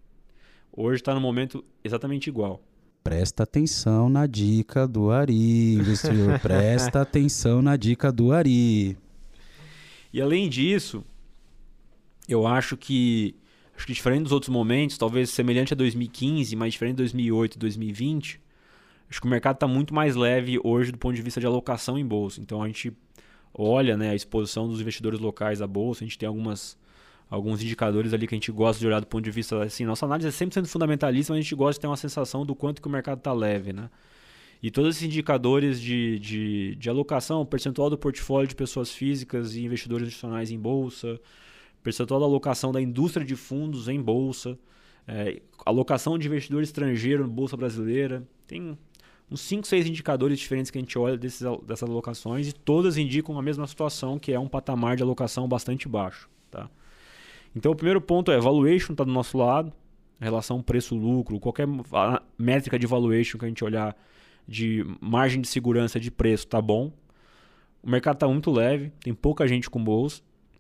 hoje está no momento exatamente igual. Presta atenção na dica do Ari, investidor. Presta atenção na dica do Ari. E além disso, eu acho que, acho que diferente dos outros momentos, talvez semelhante a dois mil e quinze, mas diferente de dois mil e oito e dois mil e vinte, acho que o mercado está muito mais leve hoje do ponto de vista de alocação em bolsa. Então a gente olha, né, a exposição dos investidores locais à bolsa, a gente tem algumas... alguns indicadores ali que a gente gosta de olhar do ponto de vista, assim, nossa análise é sempre sendo fundamentalista, mas a gente gosta de ter uma sensação do quanto que o mercado está leve, né? E todos esses indicadores de, de, de alocação, percentual do portfólio de pessoas físicas e investidores institucionais em bolsa, percentual da alocação da indústria de fundos em bolsa, é, alocação de investidor estrangeiro na bolsa brasileira, tem uns cinco, seis indicadores diferentes que a gente olha desses, dessas alocações e todas indicam a mesma situação, que é um patamar de alocação bastante baixo, tá? Então, o primeiro ponto é, valuation está do nosso lado, relação preço-lucro, qualquer métrica de valuation que a gente olhar de margem de segurança de preço está bom. O mercado está muito leve, tem pouca gente com bolsa.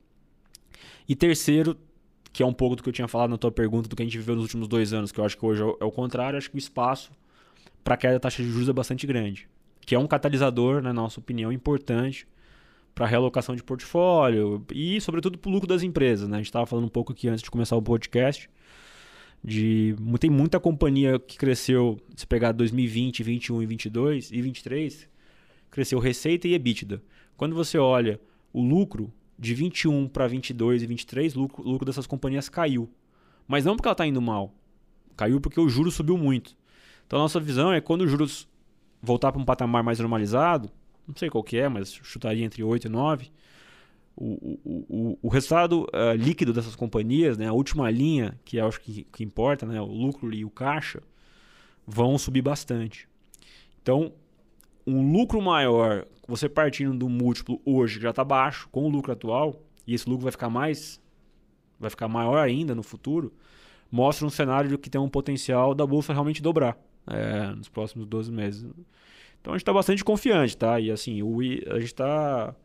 E terceiro, que é um pouco do que eu tinha falado na tua pergunta, do que a gente viveu nos últimos dois anos, que eu acho que hoje é o contrário, acho que o espaço para a queda da taxa de juros é bastante grande, que é um catalisador, na nossa opinião, importante para realocação de portfólio e, sobretudo, para o lucro das empresas, né? A gente estava falando um pouco aqui antes de começar o podcast. De, tem muita companhia que cresceu, se pegar dois mil e vinte, vinte e um e vinte e dois e vinte e três, cresceu receita e EBITDA. Quando você olha o lucro de vinte e um para vinte e dois e vinte e três, o lucro, lucro dessas companhias caiu. Mas não porque ela está indo mal. Caiu porque o juros subiu muito. Então, a nossa visão é que quando os juros voltar para um patamar mais normalizado, não sei qual que é, mas chutaria entre oito e nove, o, o, o, o resultado uh, líquido dessas companhias, né, a última linha, que eu acho que, que importa, né, o lucro e o caixa, vão subir bastante. Então, um lucro maior, você partindo do múltiplo hoje, que já está baixo, com o lucro atual, e esse lucro vai ficar mais, vai ficar maior ainda no futuro, mostra um cenário que tem um potencial da bolsa realmente dobrar é, nos próximos doze meses. Então a gente está bastante confiante, tá? E assim, o, a gente está...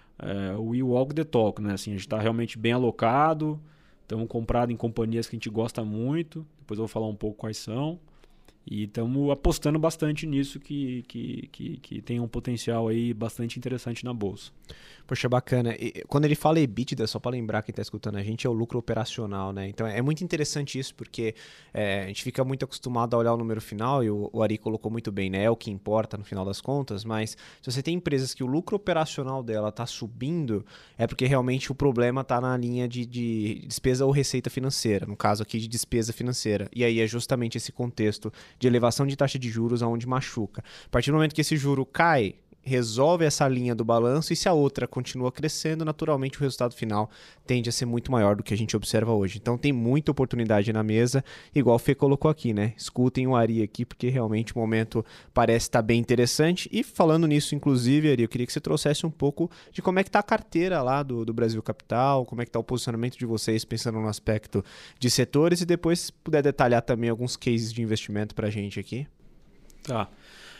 É, we walk the talk, né? Assim, a gente está realmente bem alocado, estamos comprados em companhias que a gente gosta muito, depois eu vou falar um pouco quais são. E estamos apostando bastante nisso que, que, que, que tem um potencial aí bastante interessante na bolsa. Poxa, bacana. E quando ele fala EBITDA, só para lembrar quem está escutando a gente, é o lucro operacional, né? Então é muito interessante isso, porque é, a gente fica muito acostumado a olhar o número final, e o, o Ari colocou muito bem, né? É o que importa no final das contas, mas se você tem empresas que o lucro operacional dela está subindo, é porque realmente o problema está na linha de, de despesa ou receita financeira, no caso aqui de despesa financeira. E aí é justamente esse contexto de elevação de taxa de juros aonde machuca. A partir do momento que esse juro cai, resolve essa linha do balanço, e se a outra continua crescendo, naturalmente o resultado final tende a ser muito maior do que a gente observa hoje. Então tem muita oportunidade na mesa, igual o Fê colocou aqui, né? Escutem o Ari aqui, porque realmente o momento parece estar bem interessante. E falando nisso, inclusive, Ari, eu queria que você trouxesse um pouco de como é que está a carteira lá do, do Brasil Capital, como é que está o posicionamento de vocês, pensando no aspecto de setores, e depois se puder detalhar também alguns cases de investimento para a gente aqui. Tá.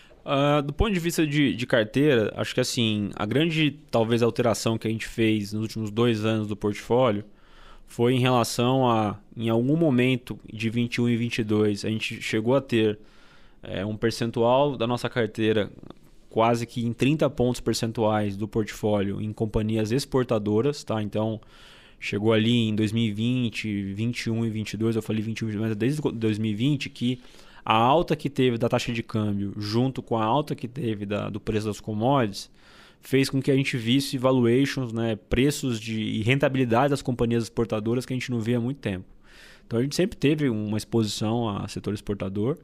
Uh, do ponto de vista de, de carteira, acho que assim, a grande talvez alteração que a gente fez nos últimos dois anos do portfólio foi em relação a, em algum momento de vinte e um e vinte e dois, a gente chegou a ter é, um percentual da nossa carteira quase que em trinta pontos percentuais do portfólio em companhias exportadoras, tá? Então chegou ali em dois mil e vinte, vinte e um e vinte e dois, eu falei vinte e um, mas desde dois mil e vinte que a alta que teve da taxa de câmbio junto com a alta que teve da, do preço das commodities fez com que a gente visse valuations, né, preços de, e rentabilidade das companhias exportadoras que a gente não via há muito tempo. Então a gente sempre teve uma exposição a setor exportador,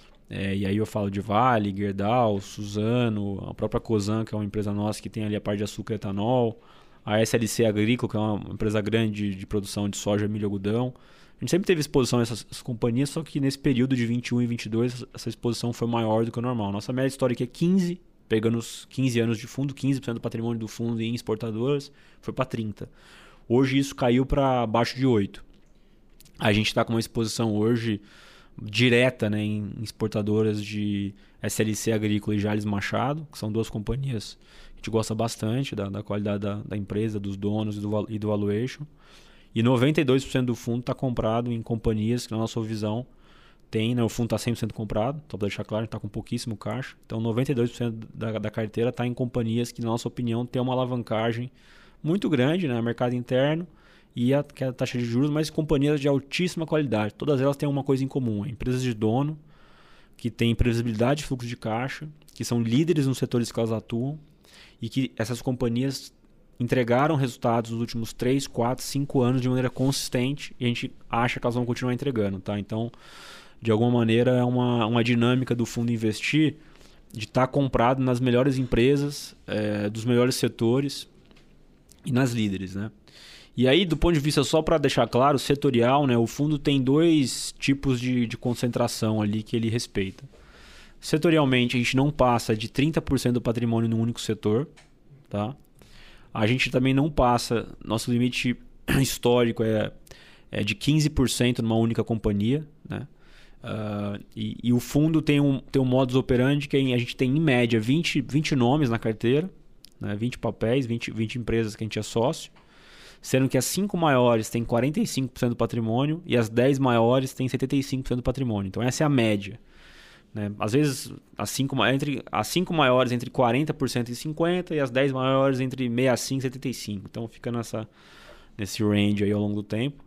é, e aí eu falo de Vale, Gerdau, Suzano, a própria Cosan, que é uma empresa nossa que tem ali a parte de açúcar e etanol, a S L C Agrícola, que é uma empresa grande de produção de soja, milho e algodão. A gente sempre teve exposição a essas, essas companhias, só que nesse período de vinte e um e vinte e dois essa exposição foi maior do que o normal. Nossa média histórica é quinze, pegando os quinze anos de fundo, quinze por cento do patrimônio do fundo em exportadoras, foi para trinta por cento. Hoje isso caiu para abaixo de oito por cento. A gente está com uma exposição hoje direta, né, em exportadoras de S L C Agrícola e Jalles Machado, que são duas companhias que a gente gosta bastante da, da qualidade da, da empresa, dos donos e do, e do valuation. E noventa e dois por cento do fundo está comprado em companhias que, na nossa visão, tem, né, o fundo está cem por cento comprado, só para deixar claro, a gente está com pouquíssimo caixa. Então, noventa e dois por cento da, da carteira está em companhias que, na nossa opinião, tem uma alavancagem muito grande, né, no mercado interno e a, que é a taxa de juros, mas companhias de altíssima qualidade. Todas elas têm uma coisa em comum, é empresas de dono que têm previsibilidade de fluxo de caixa, que são líderes nos setores que elas atuam e que essas companhias entregaram resultados nos últimos três, quatro, cinco anos de maneira consistente e a gente acha que elas vão continuar entregando, tá? Então, de alguma maneira, é uma, uma dinâmica do fundo investir de estar tá comprado nas melhores empresas, é, dos melhores setores e nas líderes, né? E aí, do ponto de vista, só para deixar claro, setorial, né? O fundo tem dois tipos de, de concentração ali que ele respeita. Setorialmente, a gente não passa de trinta por cento do patrimônio num único setor, tá? A gente também não passa, nosso limite histórico é, é de quinze por cento numa única companhia, né? Uh, e, e o fundo tem um, tem um modus operandi que a gente tem em média vinte, vinte nomes na carteira, né? vinte papéis, vinte, vinte empresas que a gente é sócio, sendo que as cinco maiores têm quarenta e cinco por cento do patrimônio e as dez maiores têm setenta e cinco por cento do patrimônio. Então essa é a média. Né? Às vezes as cinco, entre, as cinco maiores entre quarenta por cento e cinquenta por cento e as dez maiores entre sessenta e cinco por cento e setenta e cinco por cento. Então fica nessa, nesse range aí ao longo do tempo.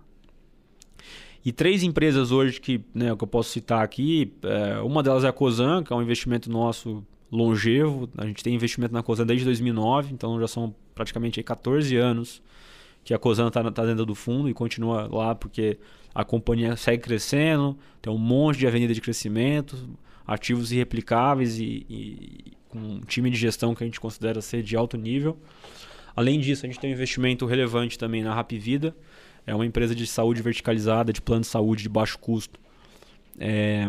E três empresas hoje que, né, que eu posso citar aqui, é, uma delas é a Cosan, que é um investimento nosso longevo. A gente tem investimento na Cosan desde dois mil e nove, então já são praticamente aí quatorze anos que a Cosan está tá dentro do fundo e continua lá porque a companhia segue crescendo, tem um monte de avenida de crescimento, ativos irreplicáveis e, e com um time de gestão que a gente considera ser de alto nível. Além disso, a gente tem um investimento relevante também na Hapvida, é uma empresa de saúde verticalizada, de plano de saúde de baixo custo, é,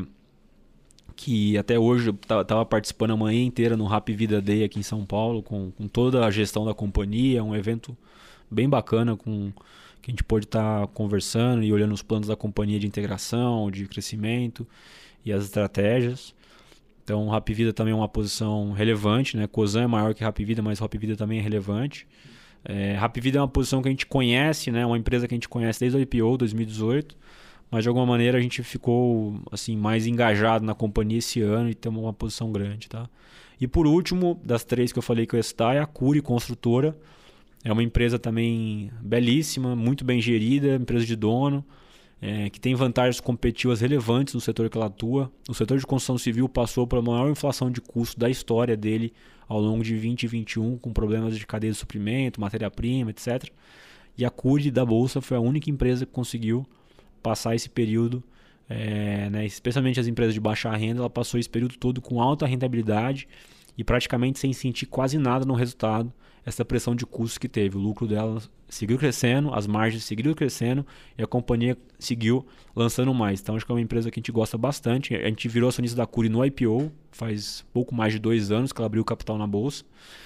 que até hoje eu estava participando a manhã inteira no Hapvida Day aqui em São Paulo, com, com toda a gestão da companhia, um evento bem bacana, com, que a gente pode estar tá conversando e olhando os planos da companhia de integração, de crescimento e as estratégias. Então, Hapvida também é uma posição relevante, né? Cosan é maior que Hapvida, mas Hapvida também é relevante. É, Hapvida é uma posição que a gente conhece, né? Uma empresa que a gente conhece desde o I P O, dois mil e dezoito, mas de alguma maneira a gente ficou assim, mais engajado na companhia esse ano e temos uma posição grande, tá? E por último, das três que eu falei que eu ia citar, é a Cury Construtora. É uma empresa também belíssima, muito bem gerida, empresa de dono, é, que tem vantagens competitivas relevantes no setor que ela atua. O setor de construção civil passou pela maior inflação de custo da história dele ao longo de vinte e vinte e um, com problemas de cadeia de suprimento, matéria-prima, etcétera. E a Cury da Bolsa foi a única empresa que conseguiu passar esse período, é, né, especialmente as empresas de baixa renda, ela passou esse período todo com alta rentabilidade e praticamente sem sentir quase nada no resultado, essa pressão de custos que teve. O lucro dela seguiu crescendo, as margens seguiram crescendo e a companhia seguiu lançando mais. Então acho que é uma empresa que a gente gosta bastante. A gente virou acionista da Cury no I P O, faz pouco mais de dois anos que ela abriu capital na bolsa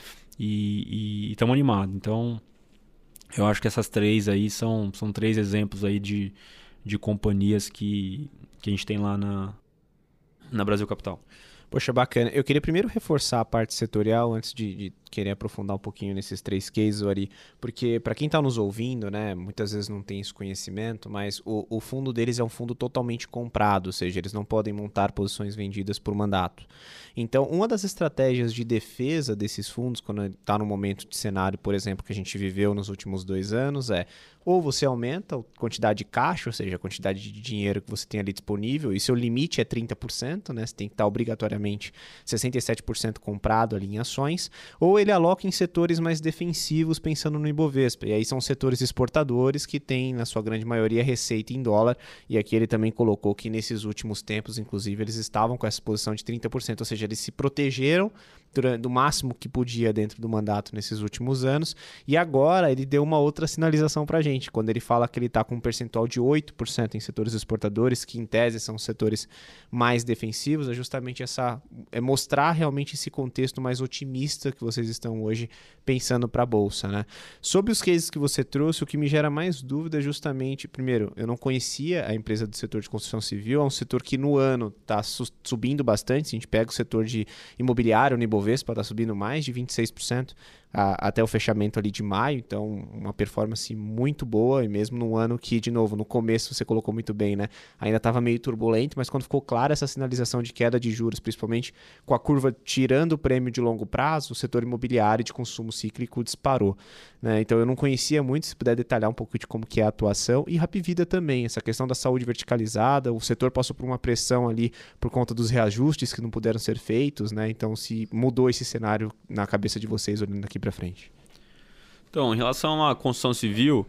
e estamos animados. Então eu acho que essas três aí são, são três exemplos aí de, de companhias que, que a gente tem lá na, na Brasil Capital. Poxa, bacana. Eu queria primeiro reforçar a parte setorial antes de, de querer aprofundar um pouquinho nesses três cases, Ari, porque para quem está nos ouvindo, né, muitas vezes não tem esse conhecimento, mas o, o fundo deles é um fundo totalmente comprado, ou seja, eles não podem montar posições vendidas por mandato. Então, uma das estratégias de defesa desses fundos, quando está no momento de cenário, por exemplo, que a gente viveu nos últimos dois anos, é ou você aumenta a quantidade de caixa, ou seja, a quantidade de dinheiro que você tem ali disponível, e seu limite é trinta por cento, né? Você tem que estar obrigatoriamente sessenta e sete por cento comprado ali em ações, ou ele aloca em setores mais defensivos pensando no Ibovespa, e aí são setores exportadores que têm, na sua grande maioria, receita em dólar, e aqui ele também colocou que nesses últimos tempos, inclusive, eles estavam com essa posição de trinta por cento, ou seja, eles se protegeram durante, do máximo que podia dentro do mandato nesses últimos anos, e agora ele deu uma outra sinalização para a gente, quando ele fala que ele está com um percentual de oito por cento em setores exportadores, que em tese são setores mais defensivos, é justamente essa, é mostrar realmente esse contexto mais otimista que vocês estão hoje pensando para a Bolsa, né? Sobre os cases que você trouxe, o que me gera mais dúvida é justamente, primeiro, eu não conhecia a empresa do setor de construção civil, é um setor que no ano está su- subindo bastante, se a gente pega o setor de imobiliário, no Ibovespa está subindo mais de vinte e seis por cento a, até o fechamento ali de maio, então uma performance muito boa, e mesmo num ano que, de novo, no começo você colocou muito bem, né? Ainda estava meio turbulento, mas quando ficou clara essa sinalização de queda de juros, principalmente com a curva tirando o prêmio de longo prazo, o setor imobiliário de consumo cíclico disparou, né? Então eu não conhecia muito, se puder detalhar um pouco de como que é a atuação, e Hapvida também, essa questão da saúde verticalizada, o setor passou por uma pressão ali por conta dos reajustes que não puderam ser feitos, né? Então se mudou esse cenário na cabeça de vocês olhando aqui para frente. Então, em relação à construção civil,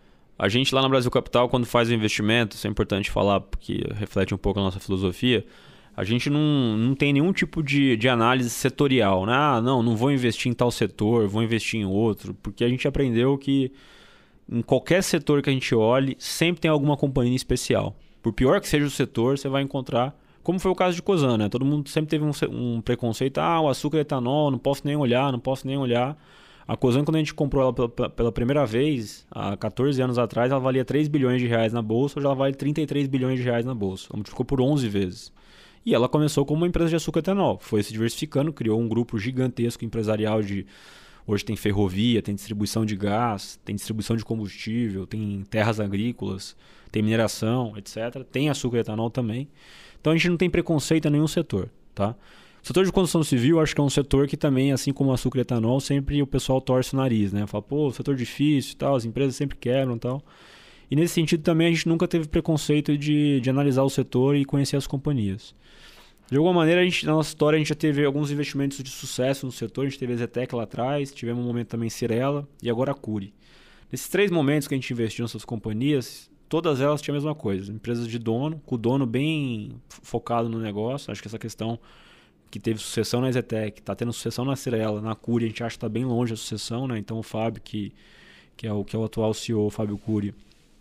a gente lá no Brasil Capital, quando faz o investimento, isso é importante falar porque reflete um pouco a nossa filosofia, a gente não, não tem nenhum tipo de, de análise setorial, né? Ah, não, não vou investir em tal setor, vou investir em outro, porque a gente aprendeu que em qualquer setor que a gente olhe, sempre tem alguma companhia especial. Por pior que seja o setor, você vai encontrar, como foi o caso de Cosan, né? Todo mundo sempre teve um, um preconceito, ah, o açúcar e etanol, não posso nem olhar, não posso nem olhar. A Cosan, quando a gente comprou ela pela, pela primeira vez, há quatorze anos atrás, ela valia três bilhões de reais na bolsa, hoje ela vale trinta e três bilhões de reais na bolsa. Ela multiplicou por onze vezes. E ela começou como uma empresa de açúcar e etanol. Foi se diversificando, criou um grupo gigantesco empresarial de... Hoje tem ferrovia, tem distribuição de gás, tem distribuição de combustível, tem terras agrícolas, tem mineração, etcétera. Tem açúcar e etanol também. Então a gente não tem preconceito em nenhum setor, tá? O setor de construção civil, acho que é um setor que também, assim como o açúcar e etanol, sempre o pessoal torce o nariz, né? Fala, pô, setor difícil e tal, as empresas sempre quebram e tal. E nesse sentido também a gente nunca teve preconceito de, de analisar o setor e conhecer as companhias. De alguma maneira, a gente, na nossa história, a gente já teve alguns investimentos de sucesso no setor. A gente teve a Zetec lá atrás, tivemos um momento também Cyrela e agora a Cury. Nesses três momentos que a gente investiu nessas companhias, todas elas tinham a mesma coisa. Empresas de dono, com o dono bem focado no negócio. Acho que essa questão que teve sucessão na Zetec, está tendo sucessão na Cyrela, na Cury, a gente acha que está bem longe a sucessão, né? Então o Fábio, que, que, é o, que é o atual C E O, o Fábio Cury,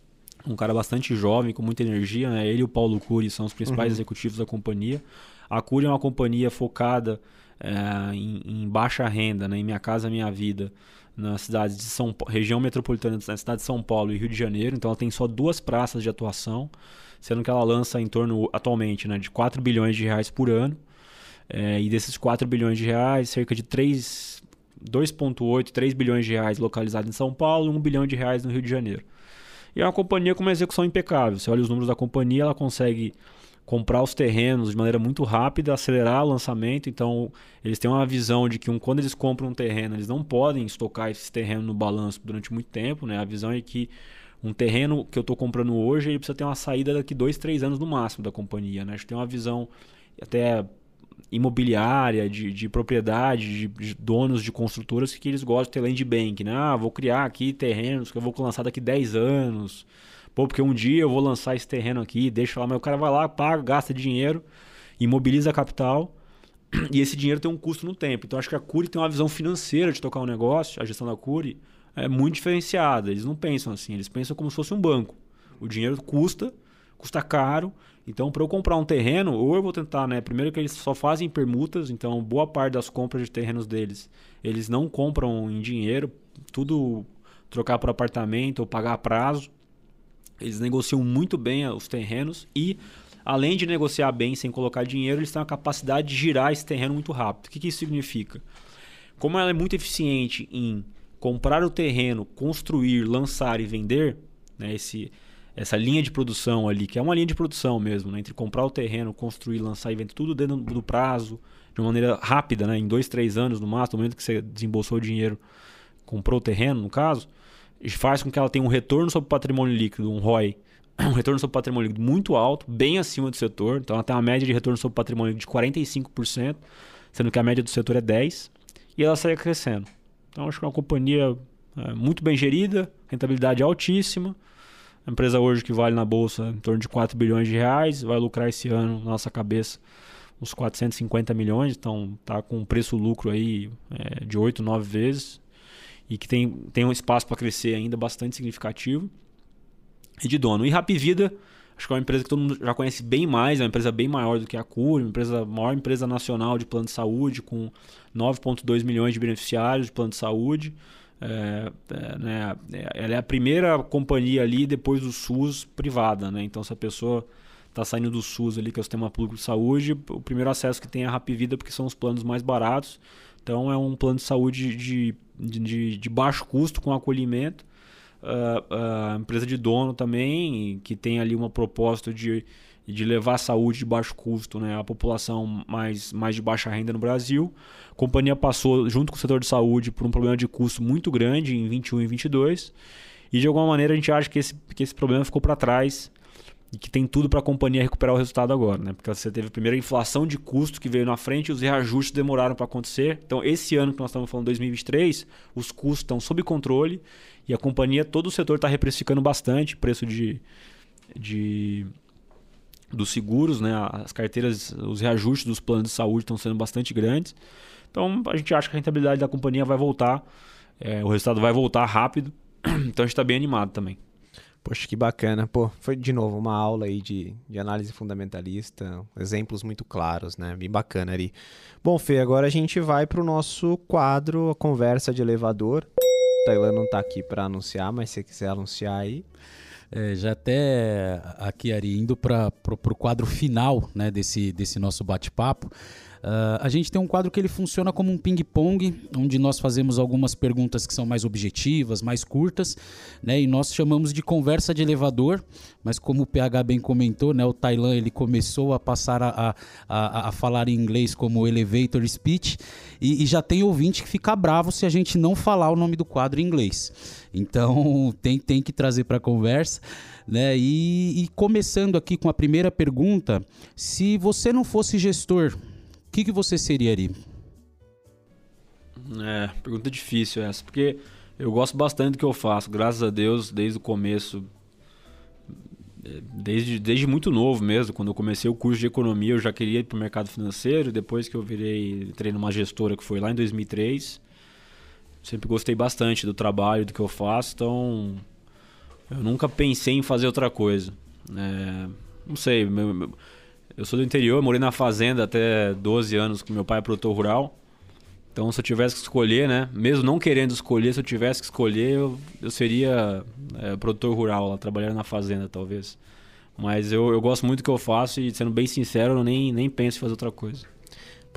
um cara bastante jovem, com muita energia, né? Ele e o Paulo Cury são os principais uhum. executivos da companhia. A Cury é uma companhia focada é, em, em baixa renda, né? Em Minha Casa Minha Vida, nas cidades de São Paulo, região metropolitana, na cidade de São Paulo e Rio de Janeiro. Então ela tem só duas praças de atuação, sendo que ela lança em torno, atualmente, né, de quatro bilhões de reais por ano. É, e desses quatro bilhões de reais, cerca de três, dois vírgula oito, três bilhões de reais localizados em São Paulo e um bilhão de reais no Rio de Janeiro. E é uma companhia com uma execução impecável. Você olha os números da companhia, ela consegue comprar os terrenos de maneira muito rápida, acelerar o lançamento. Então, eles têm uma visão de que um, quando eles compram um terreno, eles não podem estocar esse terreno no balanço durante muito tempo, né? A visão é que um terreno que eu estou comprando hoje, ele precisa ter uma saída daqui dois, três anos no máximo da companhia, né? A gente tem uma visão até imobiliária, de, de propriedade, de, de donos de construtoras que eles gostam de ter land bank, né? Ah, vou criar aqui terrenos que eu vou lançar daqui dez anos. Pô, porque um dia eu vou lançar esse terreno aqui, deixa lá, mas o cara vai lá, paga, gasta dinheiro, imobiliza a capital e esse dinheiro tem um custo no tempo. Então acho que a Cury tem uma visão financeira de tocar um negócio, a gestão da Cury é muito diferenciada. Eles não pensam assim, eles pensam como se fosse um banco. O dinheiro custa, custa caro. Então, para eu comprar um terreno, ou eu vou tentar, né? Primeiro que eles só fazem permutas, então boa parte das compras de terrenos deles, eles não compram em dinheiro, tudo trocar por apartamento ou pagar a prazo. Eles negociam muito bem os terrenos e, além de negociar bem sem colocar dinheiro, eles têm a capacidade de girar esse terreno muito rápido. O que, que isso significa? Como ela é muito eficiente em comprar o terreno, construir, lançar e vender, né, esse, essa linha de produção ali, que é uma linha de produção mesmo, né, entre comprar o terreno, construir, lançar e vender, tudo dentro do prazo, de uma maneira rápida, né, em dois, três anos no máximo, no momento que você desembolsou o dinheiro, comprou o terreno, no caso, faz com que ela tenha um retorno sobre o patrimônio líquido, um R O I, um retorno sobre o patrimônio líquido muito alto, bem acima do setor. Então ela tem uma média de retorno sobre o patrimônio líquido de quarenta e cinco por cento, sendo que a média do setor é dez por cento, e ela segue crescendo. Então acho que é uma companhia é, muito bem gerida, rentabilidade altíssima. A empresa hoje que vale na bolsa em torno de quatro bilhões de reais, vai lucrar esse ano, na nossa cabeça, uns quatrocentos e cinquenta milhões, então está com um preço-lucro aí é, de oito, nove vezes. E que tem, tem um espaço para crescer ainda bastante significativo. E de dono. E Hapvida, acho que é uma empresa que todo mundo já conhece bem mais, é uma empresa bem maior do que a Cury, uma empresa, maior empresa nacional de plano de saúde, com nove vírgula dois milhões de beneficiários de plano de saúde. É, é, né, ela é a primeira companhia ali depois do SUS privada, né? Então, se a pessoa está saindo do SUS ali, que é o Sistema Público de Saúde, o primeiro acesso que tem é a Hapvida, porque são os planos mais baratos. Então, é um plano de saúde de, de, de, de baixo custo, com acolhimento. Uh, a empresa de dono também, que tem ali uma proposta de, de levar a saúde de baixo custo, né, à população mais, mais de baixa renda no Brasil. A companhia passou, junto com o setor de saúde, por um problema de custo muito grande em vinte e um e vinte e dois. E, de alguma maneira, a gente acha que esse, que esse problema ficou para trás e que tem tudo para a companhia recuperar o resultado agora, né? Porque você teve a primeira inflação de custo que veio na frente e os reajustes demoraram para acontecer. Então, esse ano que nós estamos falando, dois mil e vinte e três, os custos estão sob controle e a companhia, todo o setor está reprecificando bastante preço de, de, dos seguros, né? As carteiras, os reajustes dos planos de saúde estão sendo bastante grandes. Então, a gente acha que a rentabilidade da companhia vai voltar, é, o resultado vai voltar rápido. Então, a gente está bem animado também. Poxa, que bacana. Pô, foi de novo uma aula aí de, de análise fundamentalista, exemplos muito claros, né? Bem bacana, Ari. Bom, Fê, agora a gente vai para o nosso quadro, a conversa de elevador. O Tailan não está aqui para anunciar, mas se você quiser anunciar aí. É, já até aqui, Ari, indo para o quadro final, né, desse, desse nosso bate-papo. Uh, a gente tem um quadro que ele funciona como um ping-pong, onde nós fazemos algumas perguntas que são mais objetivas, mais curtas, né, e nós chamamos de conversa de elevador, mas como o P H bem comentou, né, o Tailan ele começou a passar a, a, a falar em inglês como elevator speech, e, e já tem ouvinte que fica bravo se a gente não falar o nome do quadro em inglês. Então tem, tem que trazer para a conversa. Né? E, e começando aqui com a primeira pergunta, se você não fosse gestor, o que, que você seria, Ari? É, pergunta difícil essa, porque eu gosto bastante do que eu faço, graças a Deus, desde o começo, desde, desde muito novo mesmo. Quando eu comecei o curso de economia, eu já queria ir para o mercado financeiro. Depois que eu virei, entrei numa gestora que foi lá em dois mil e três, sempre gostei bastante do trabalho, do que eu faço, então eu nunca pensei em fazer outra coisa. É, não sei, meu, meu, eu sou do interior, morei na fazenda até doze anos, com meu pai é produtor rural. Então, se eu tivesse que escolher, né, mesmo não querendo escolher, se eu tivesse que escolher, eu, eu seria é, produtor rural, lá, trabalhar na fazenda, talvez. Mas eu, eu gosto muito do que eu faço e, sendo bem sincero, eu nem, nem penso em fazer outra coisa.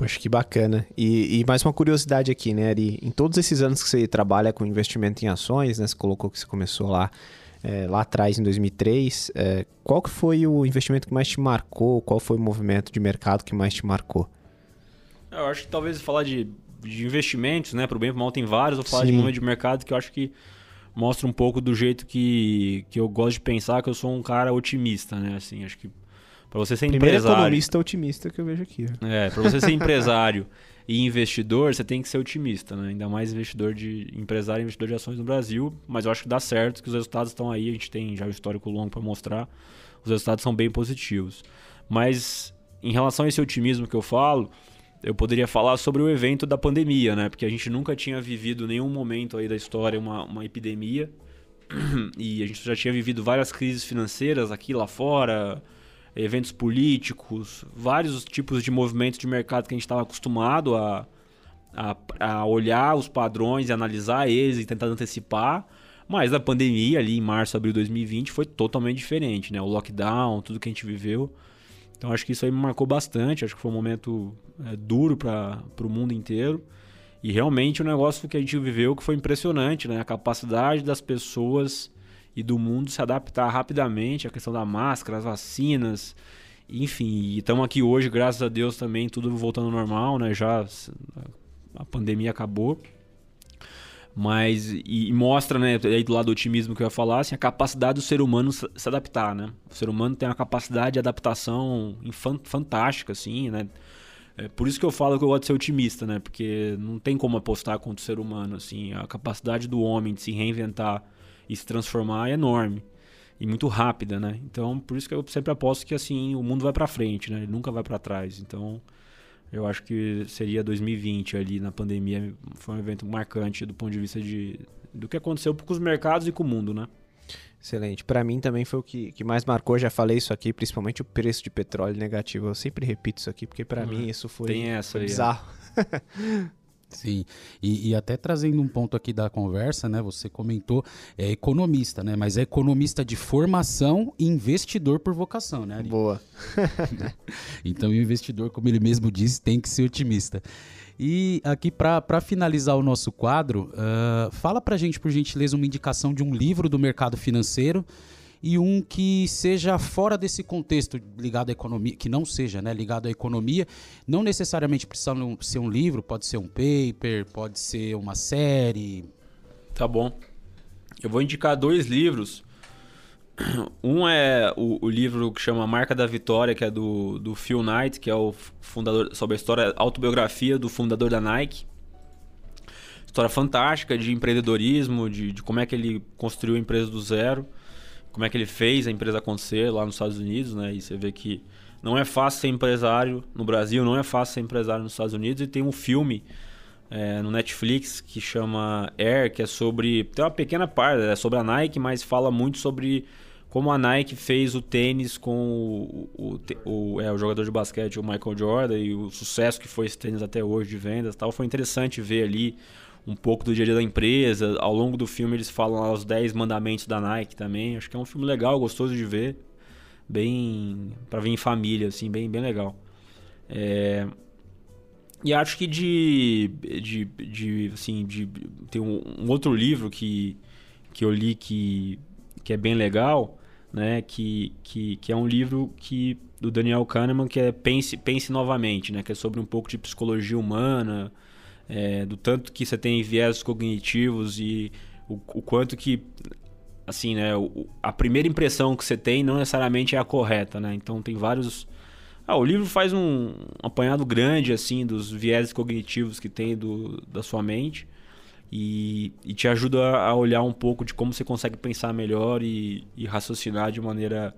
Poxa, que bacana. E, e mais uma curiosidade aqui, né, Ari? Em todos esses anos que você trabalha com investimento em ações, né? Você colocou que você começou lá, é, lá atrás, em dois mil e três. É, qual que foi o investimento que mais te marcou? Qual foi o movimento de mercado que mais te marcou? Eu acho que talvez falar de, de investimentos, né? Pro bem e pro mal tem vários. Ou falar Sim. de movimento de mercado que eu acho que mostra um pouco do jeito que, que eu gosto de pensar, que eu sou um cara otimista, né? Assim, acho que para você ser Primeiro empresário... economista otimista que eu vejo aqui. É, para você ser empresário e investidor, você tem que ser otimista, né? Ainda mais investidor de empresário e investidor de ações no Brasil, mas eu acho que dá certo, que os resultados estão aí, a gente tem já um histórico longo para mostrar, os resultados são bem positivos. Mas em relação a esse otimismo que eu falo, eu poderia falar sobre o evento da pandemia, né? Porque a gente nunca tinha vivido nenhum momento aí da história uma, uma epidemia e a gente já tinha vivido várias crises financeiras aqui lá fora, eventos políticos, vários tipos de movimentos de mercado que a gente estava acostumado a, a, a olhar os padrões e analisar eles e tentar antecipar, mas a pandemia ali em março, abril de dois mil e vinte foi totalmente diferente, né? O lockdown, tudo que a gente viveu. Então acho que isso aí me marcou bastante, acho que foi um momento é, duro para o mundo inteiro e realmente o negócio que a gente viveu que foi impressionante, né? A capacidade das pessoas e do mundo se adaptar rapidamente, a questão da máscara, as vacinas, enfim. E estamos aqui hoje, graças a Deus, também tudo voltando ao normal, né? Já a pandemia acabou. Mas, e, e mostra, né, aí do lado do otimismo que eu ia falar, assim, a capacidade do ser humano se, se adaptar, né? O ser humano tem uma capacidade de adaptação fantástica, assim, né? É por isso que eu falo que eu gosto de ser otimista, né? Porque não tem como apostar contra o ser humano, assim. A capacidade do homem de se reinventar e se transformar é enorme e muito rápida, né? Então, por isso que eu sempre aposto que assim o mundo vai para frente, né? Ele nunca vai para trás. Então, eu acho que seria dois mil e vinte ali na pandemia, foi um evento marcante do ponto de vista de do que aconteceu com os mercados e com o mundo, né? Excelente. Para mim também foi o que, que mais marcou, já falei isso aqui, principalmente o preço de petróleo negativo. Eu sempre repito isso aqui porque para uhum. mim isso foi, Tem essa foi aí, bizarro. É. Sim, e, e até trazendo um ponto aqui da conversa, né? Você comentou, é economista, né? Mas é economista de formação e investidor por vocação, né, Ari? Boa. Então o investidor, como ele mesmo disse, tem que ser otimista. E aqui para finalizar o nosso quadro, uh, fala pra gente, por gentileza, uma indicação de um livro do mercado financeiro e um que seja fora desse contexto ligado à economia, que não seja, né, ligado à economia, não necessariamente precisa ser um livro, pode ser um paper, pode ser uma série. Tá bom. Eu vou indicar dois livros. Um é o, o livro que chama Marca da Vitória, que é do, do Phil Knight, que é o fundador, sobre a história, a autobiografia do fundador da Nike. História fantástica de empreendedorismo, de, de como é que ele construiu a empresa do zero, como é que ele fez a empresa acontecer lá nos Estados Unidos, né? E você vê que não é fácil ser empresário no Brasil, não é fácil ser empresário nos Estados Unidos. E tem um filme é, no Netflix que chama Air, que é sobre... Tem uma pequena parte, é sobre a Nike, mas fala muito sobre como a Nike fez o tênis com o, o, o, é, o jogador de basquete, o Michael Jordan, e o sucesso que foi esse tênis até hoje de vendas e tal. Foi interessante ver ali um pouco do dia a dia da empresa. Ao longo do filme eles falam lá os dez mandamentos da Nike também. Acho que é um filme legal, gostoso de ver. Bem... para ver em família, assim, bem, bem legal. É... E acho que de... de, de assim, de... tem um, um outro livro que, que eu li que, que é bem legal, né? Que, que, que é um livro que, do Daniel Kahneman, que é Pense, Pense Novamente, né? Que é sobre um pouco de psicologia humana, É, do tanto que você tem viés cognitivos e o, o quanto que, assim, né, o, a primeira impressão que você tem não necessariamente é a correta, né? Então tem vários... Ah, o livro faz um, um apanhado grande, assim, dos viés cognitivos que tem do, da sua mente e, e te ajuda a olhar um pouco de como você consegue pensar melhor e, e raciocinar de maneira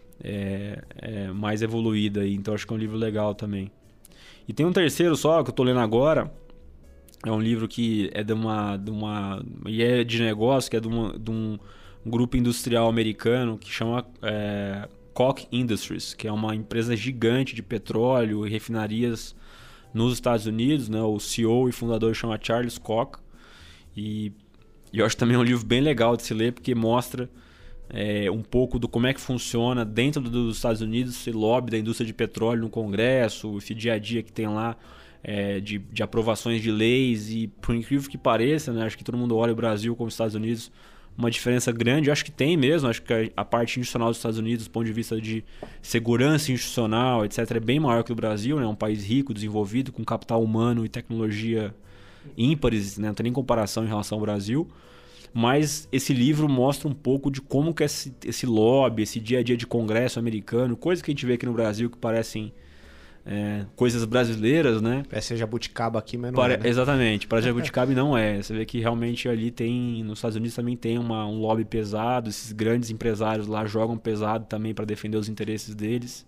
é, é, mais evoluída. Então acho que é um livro legal também. E tem um terceiro só que eu tô lendo agora. É um livro que é de uma, de uma e é de negócio, que é de, uma, de um grupo industrial americano que chama é, Koch Industries, que é uma empresa gigante de petróleo e refinarias nos Estados Unidos, né? O C E O e fundador chama Charles Koch. E, e eu acho também um livro bem legal de se ler, porque mostra é, um pouco do como é que funciona dentro dos Estados Unidos esse lobby da indústria de petróleo no Congresso, esse dia a dia que tem lá. é, de, de aprovações de leis e, por incrível que pareça, né, acho que todo mundo olha o Brasil como os Estados Unidos, uma diferença grande, acho que tem mesmo, acho que a, a parte institucional dos Estados Unidos, do ponto de vista de segurança institucional, etcétera, é bem maior que o Brasil, né, um país rico, desenvolvido, com capital humano e tecnologia ímpares, né, não tem nem comparação em relação ao Brasil. Mas esse livro mostra um pouco de como que esse, esse lobby, esse dia a dia de congresso americano, coisas que a gente vê aqui no Brasil que parecem é, coisas brasileiras, né? Parece jabuticaba aqui, mas não Pare... é, né? Exatamente, para jabuticaba não é. Você vê que realmente ali tem, nos Estados Unidos também tem uma, um lobby pesado, esses grandes empresários lá jogam pesado também para defender os interesses deles.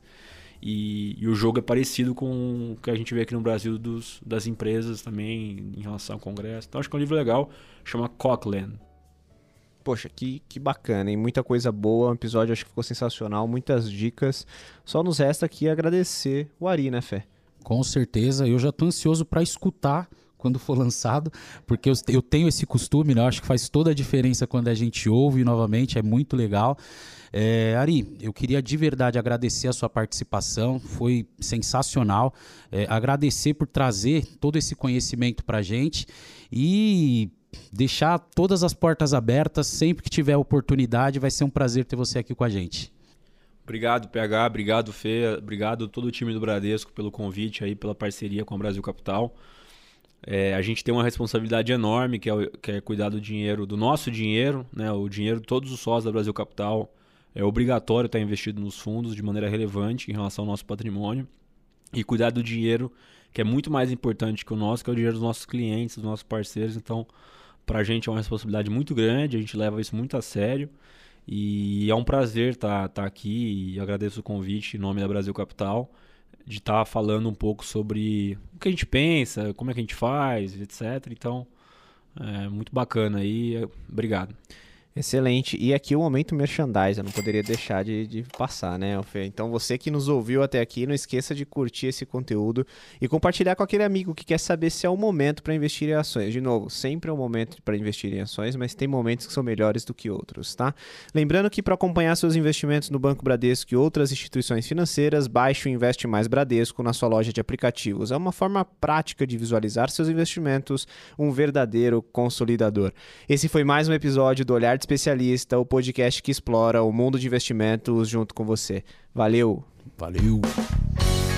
E, e o jogo é parecido com o que a gente vê aqui no Brasil dos, das empresas também em relação ao Congresso. Então acho que é um livro legal, chama Cockland. Poxa, que, que bacana, hein? Muita coisa boa, o episódio acho que ficou sensacional, muitas dicas. Só nos resta aqui agradecer o Ari, né, Fé? Com certeza, eu já tô ansioso para escutar quando for lançado, porque eu, eu tenho esse costume, né? Eu acho que faz toda a diferença quando a gente ouve novamente, é muito legal. É, Ari, eu queria de verdade agradecer a sua participação, foi sensacional, é, agradecer por trazer todo esse conhecimento para a gente e deixar todas as portas abertas, sempre que tiver oportunidade, vai ser um prazer ter você aqui com a gente. Obrigado, P H, obrigado, Fê, obrigado todo o time do Bradesco pelo convite aí, pela parceria com a Brasil Capital. É, a gente tem uma responsabilidade enorme, que é, que é cuidar do dinheiro, do nosso dinheiro, né? O dinheiro de todos os sócios da Brasil Capital é obrigatório estar investido nos fundos de maneira relevante em relação ao nosso patrimônio e cuidar do dinheiro que é muito mais importante que o nosso, que é o dinheiro dos nossos clientes, dos nossos parceiros. Então, para a gente é uma responsabilidade muito grande, a gente leva isso muito a sério e é um prazer estar tá, tá aqui e agradeço o convite em nome da Brasil Capital de estar tá falando um pouco sobre o que a gente pensa, como é que a gente faz, etcétera. Então, é muito bacana aí. Obrigado. Excelente. E aqui o momento merchandise, eu não poderia deixar de, de passar, né, Fê? Então você que nos ouviu até aqui, não esqueça de curtir esse conteúdo e compartilhar com aquele amigo que quer saber se é o momento para investir em ações. De novo, sempre é o momento para investir em ações, mas tem momentos que são melhores do que outros, tá? Lembrando que para acompanhar seus investimentos no Banco Bradesco e outras instituições financeiras, baixe o Investe Mais Bradesco na sua loja de aplicativos. É uma forma prática de visualizar seus investimentos, um verdadeiro consolidador. Esse foi mais um episódio do Olhar de Especialista, o podcast que explora o mundo de investimentos junto com você. Valeu! Valeu!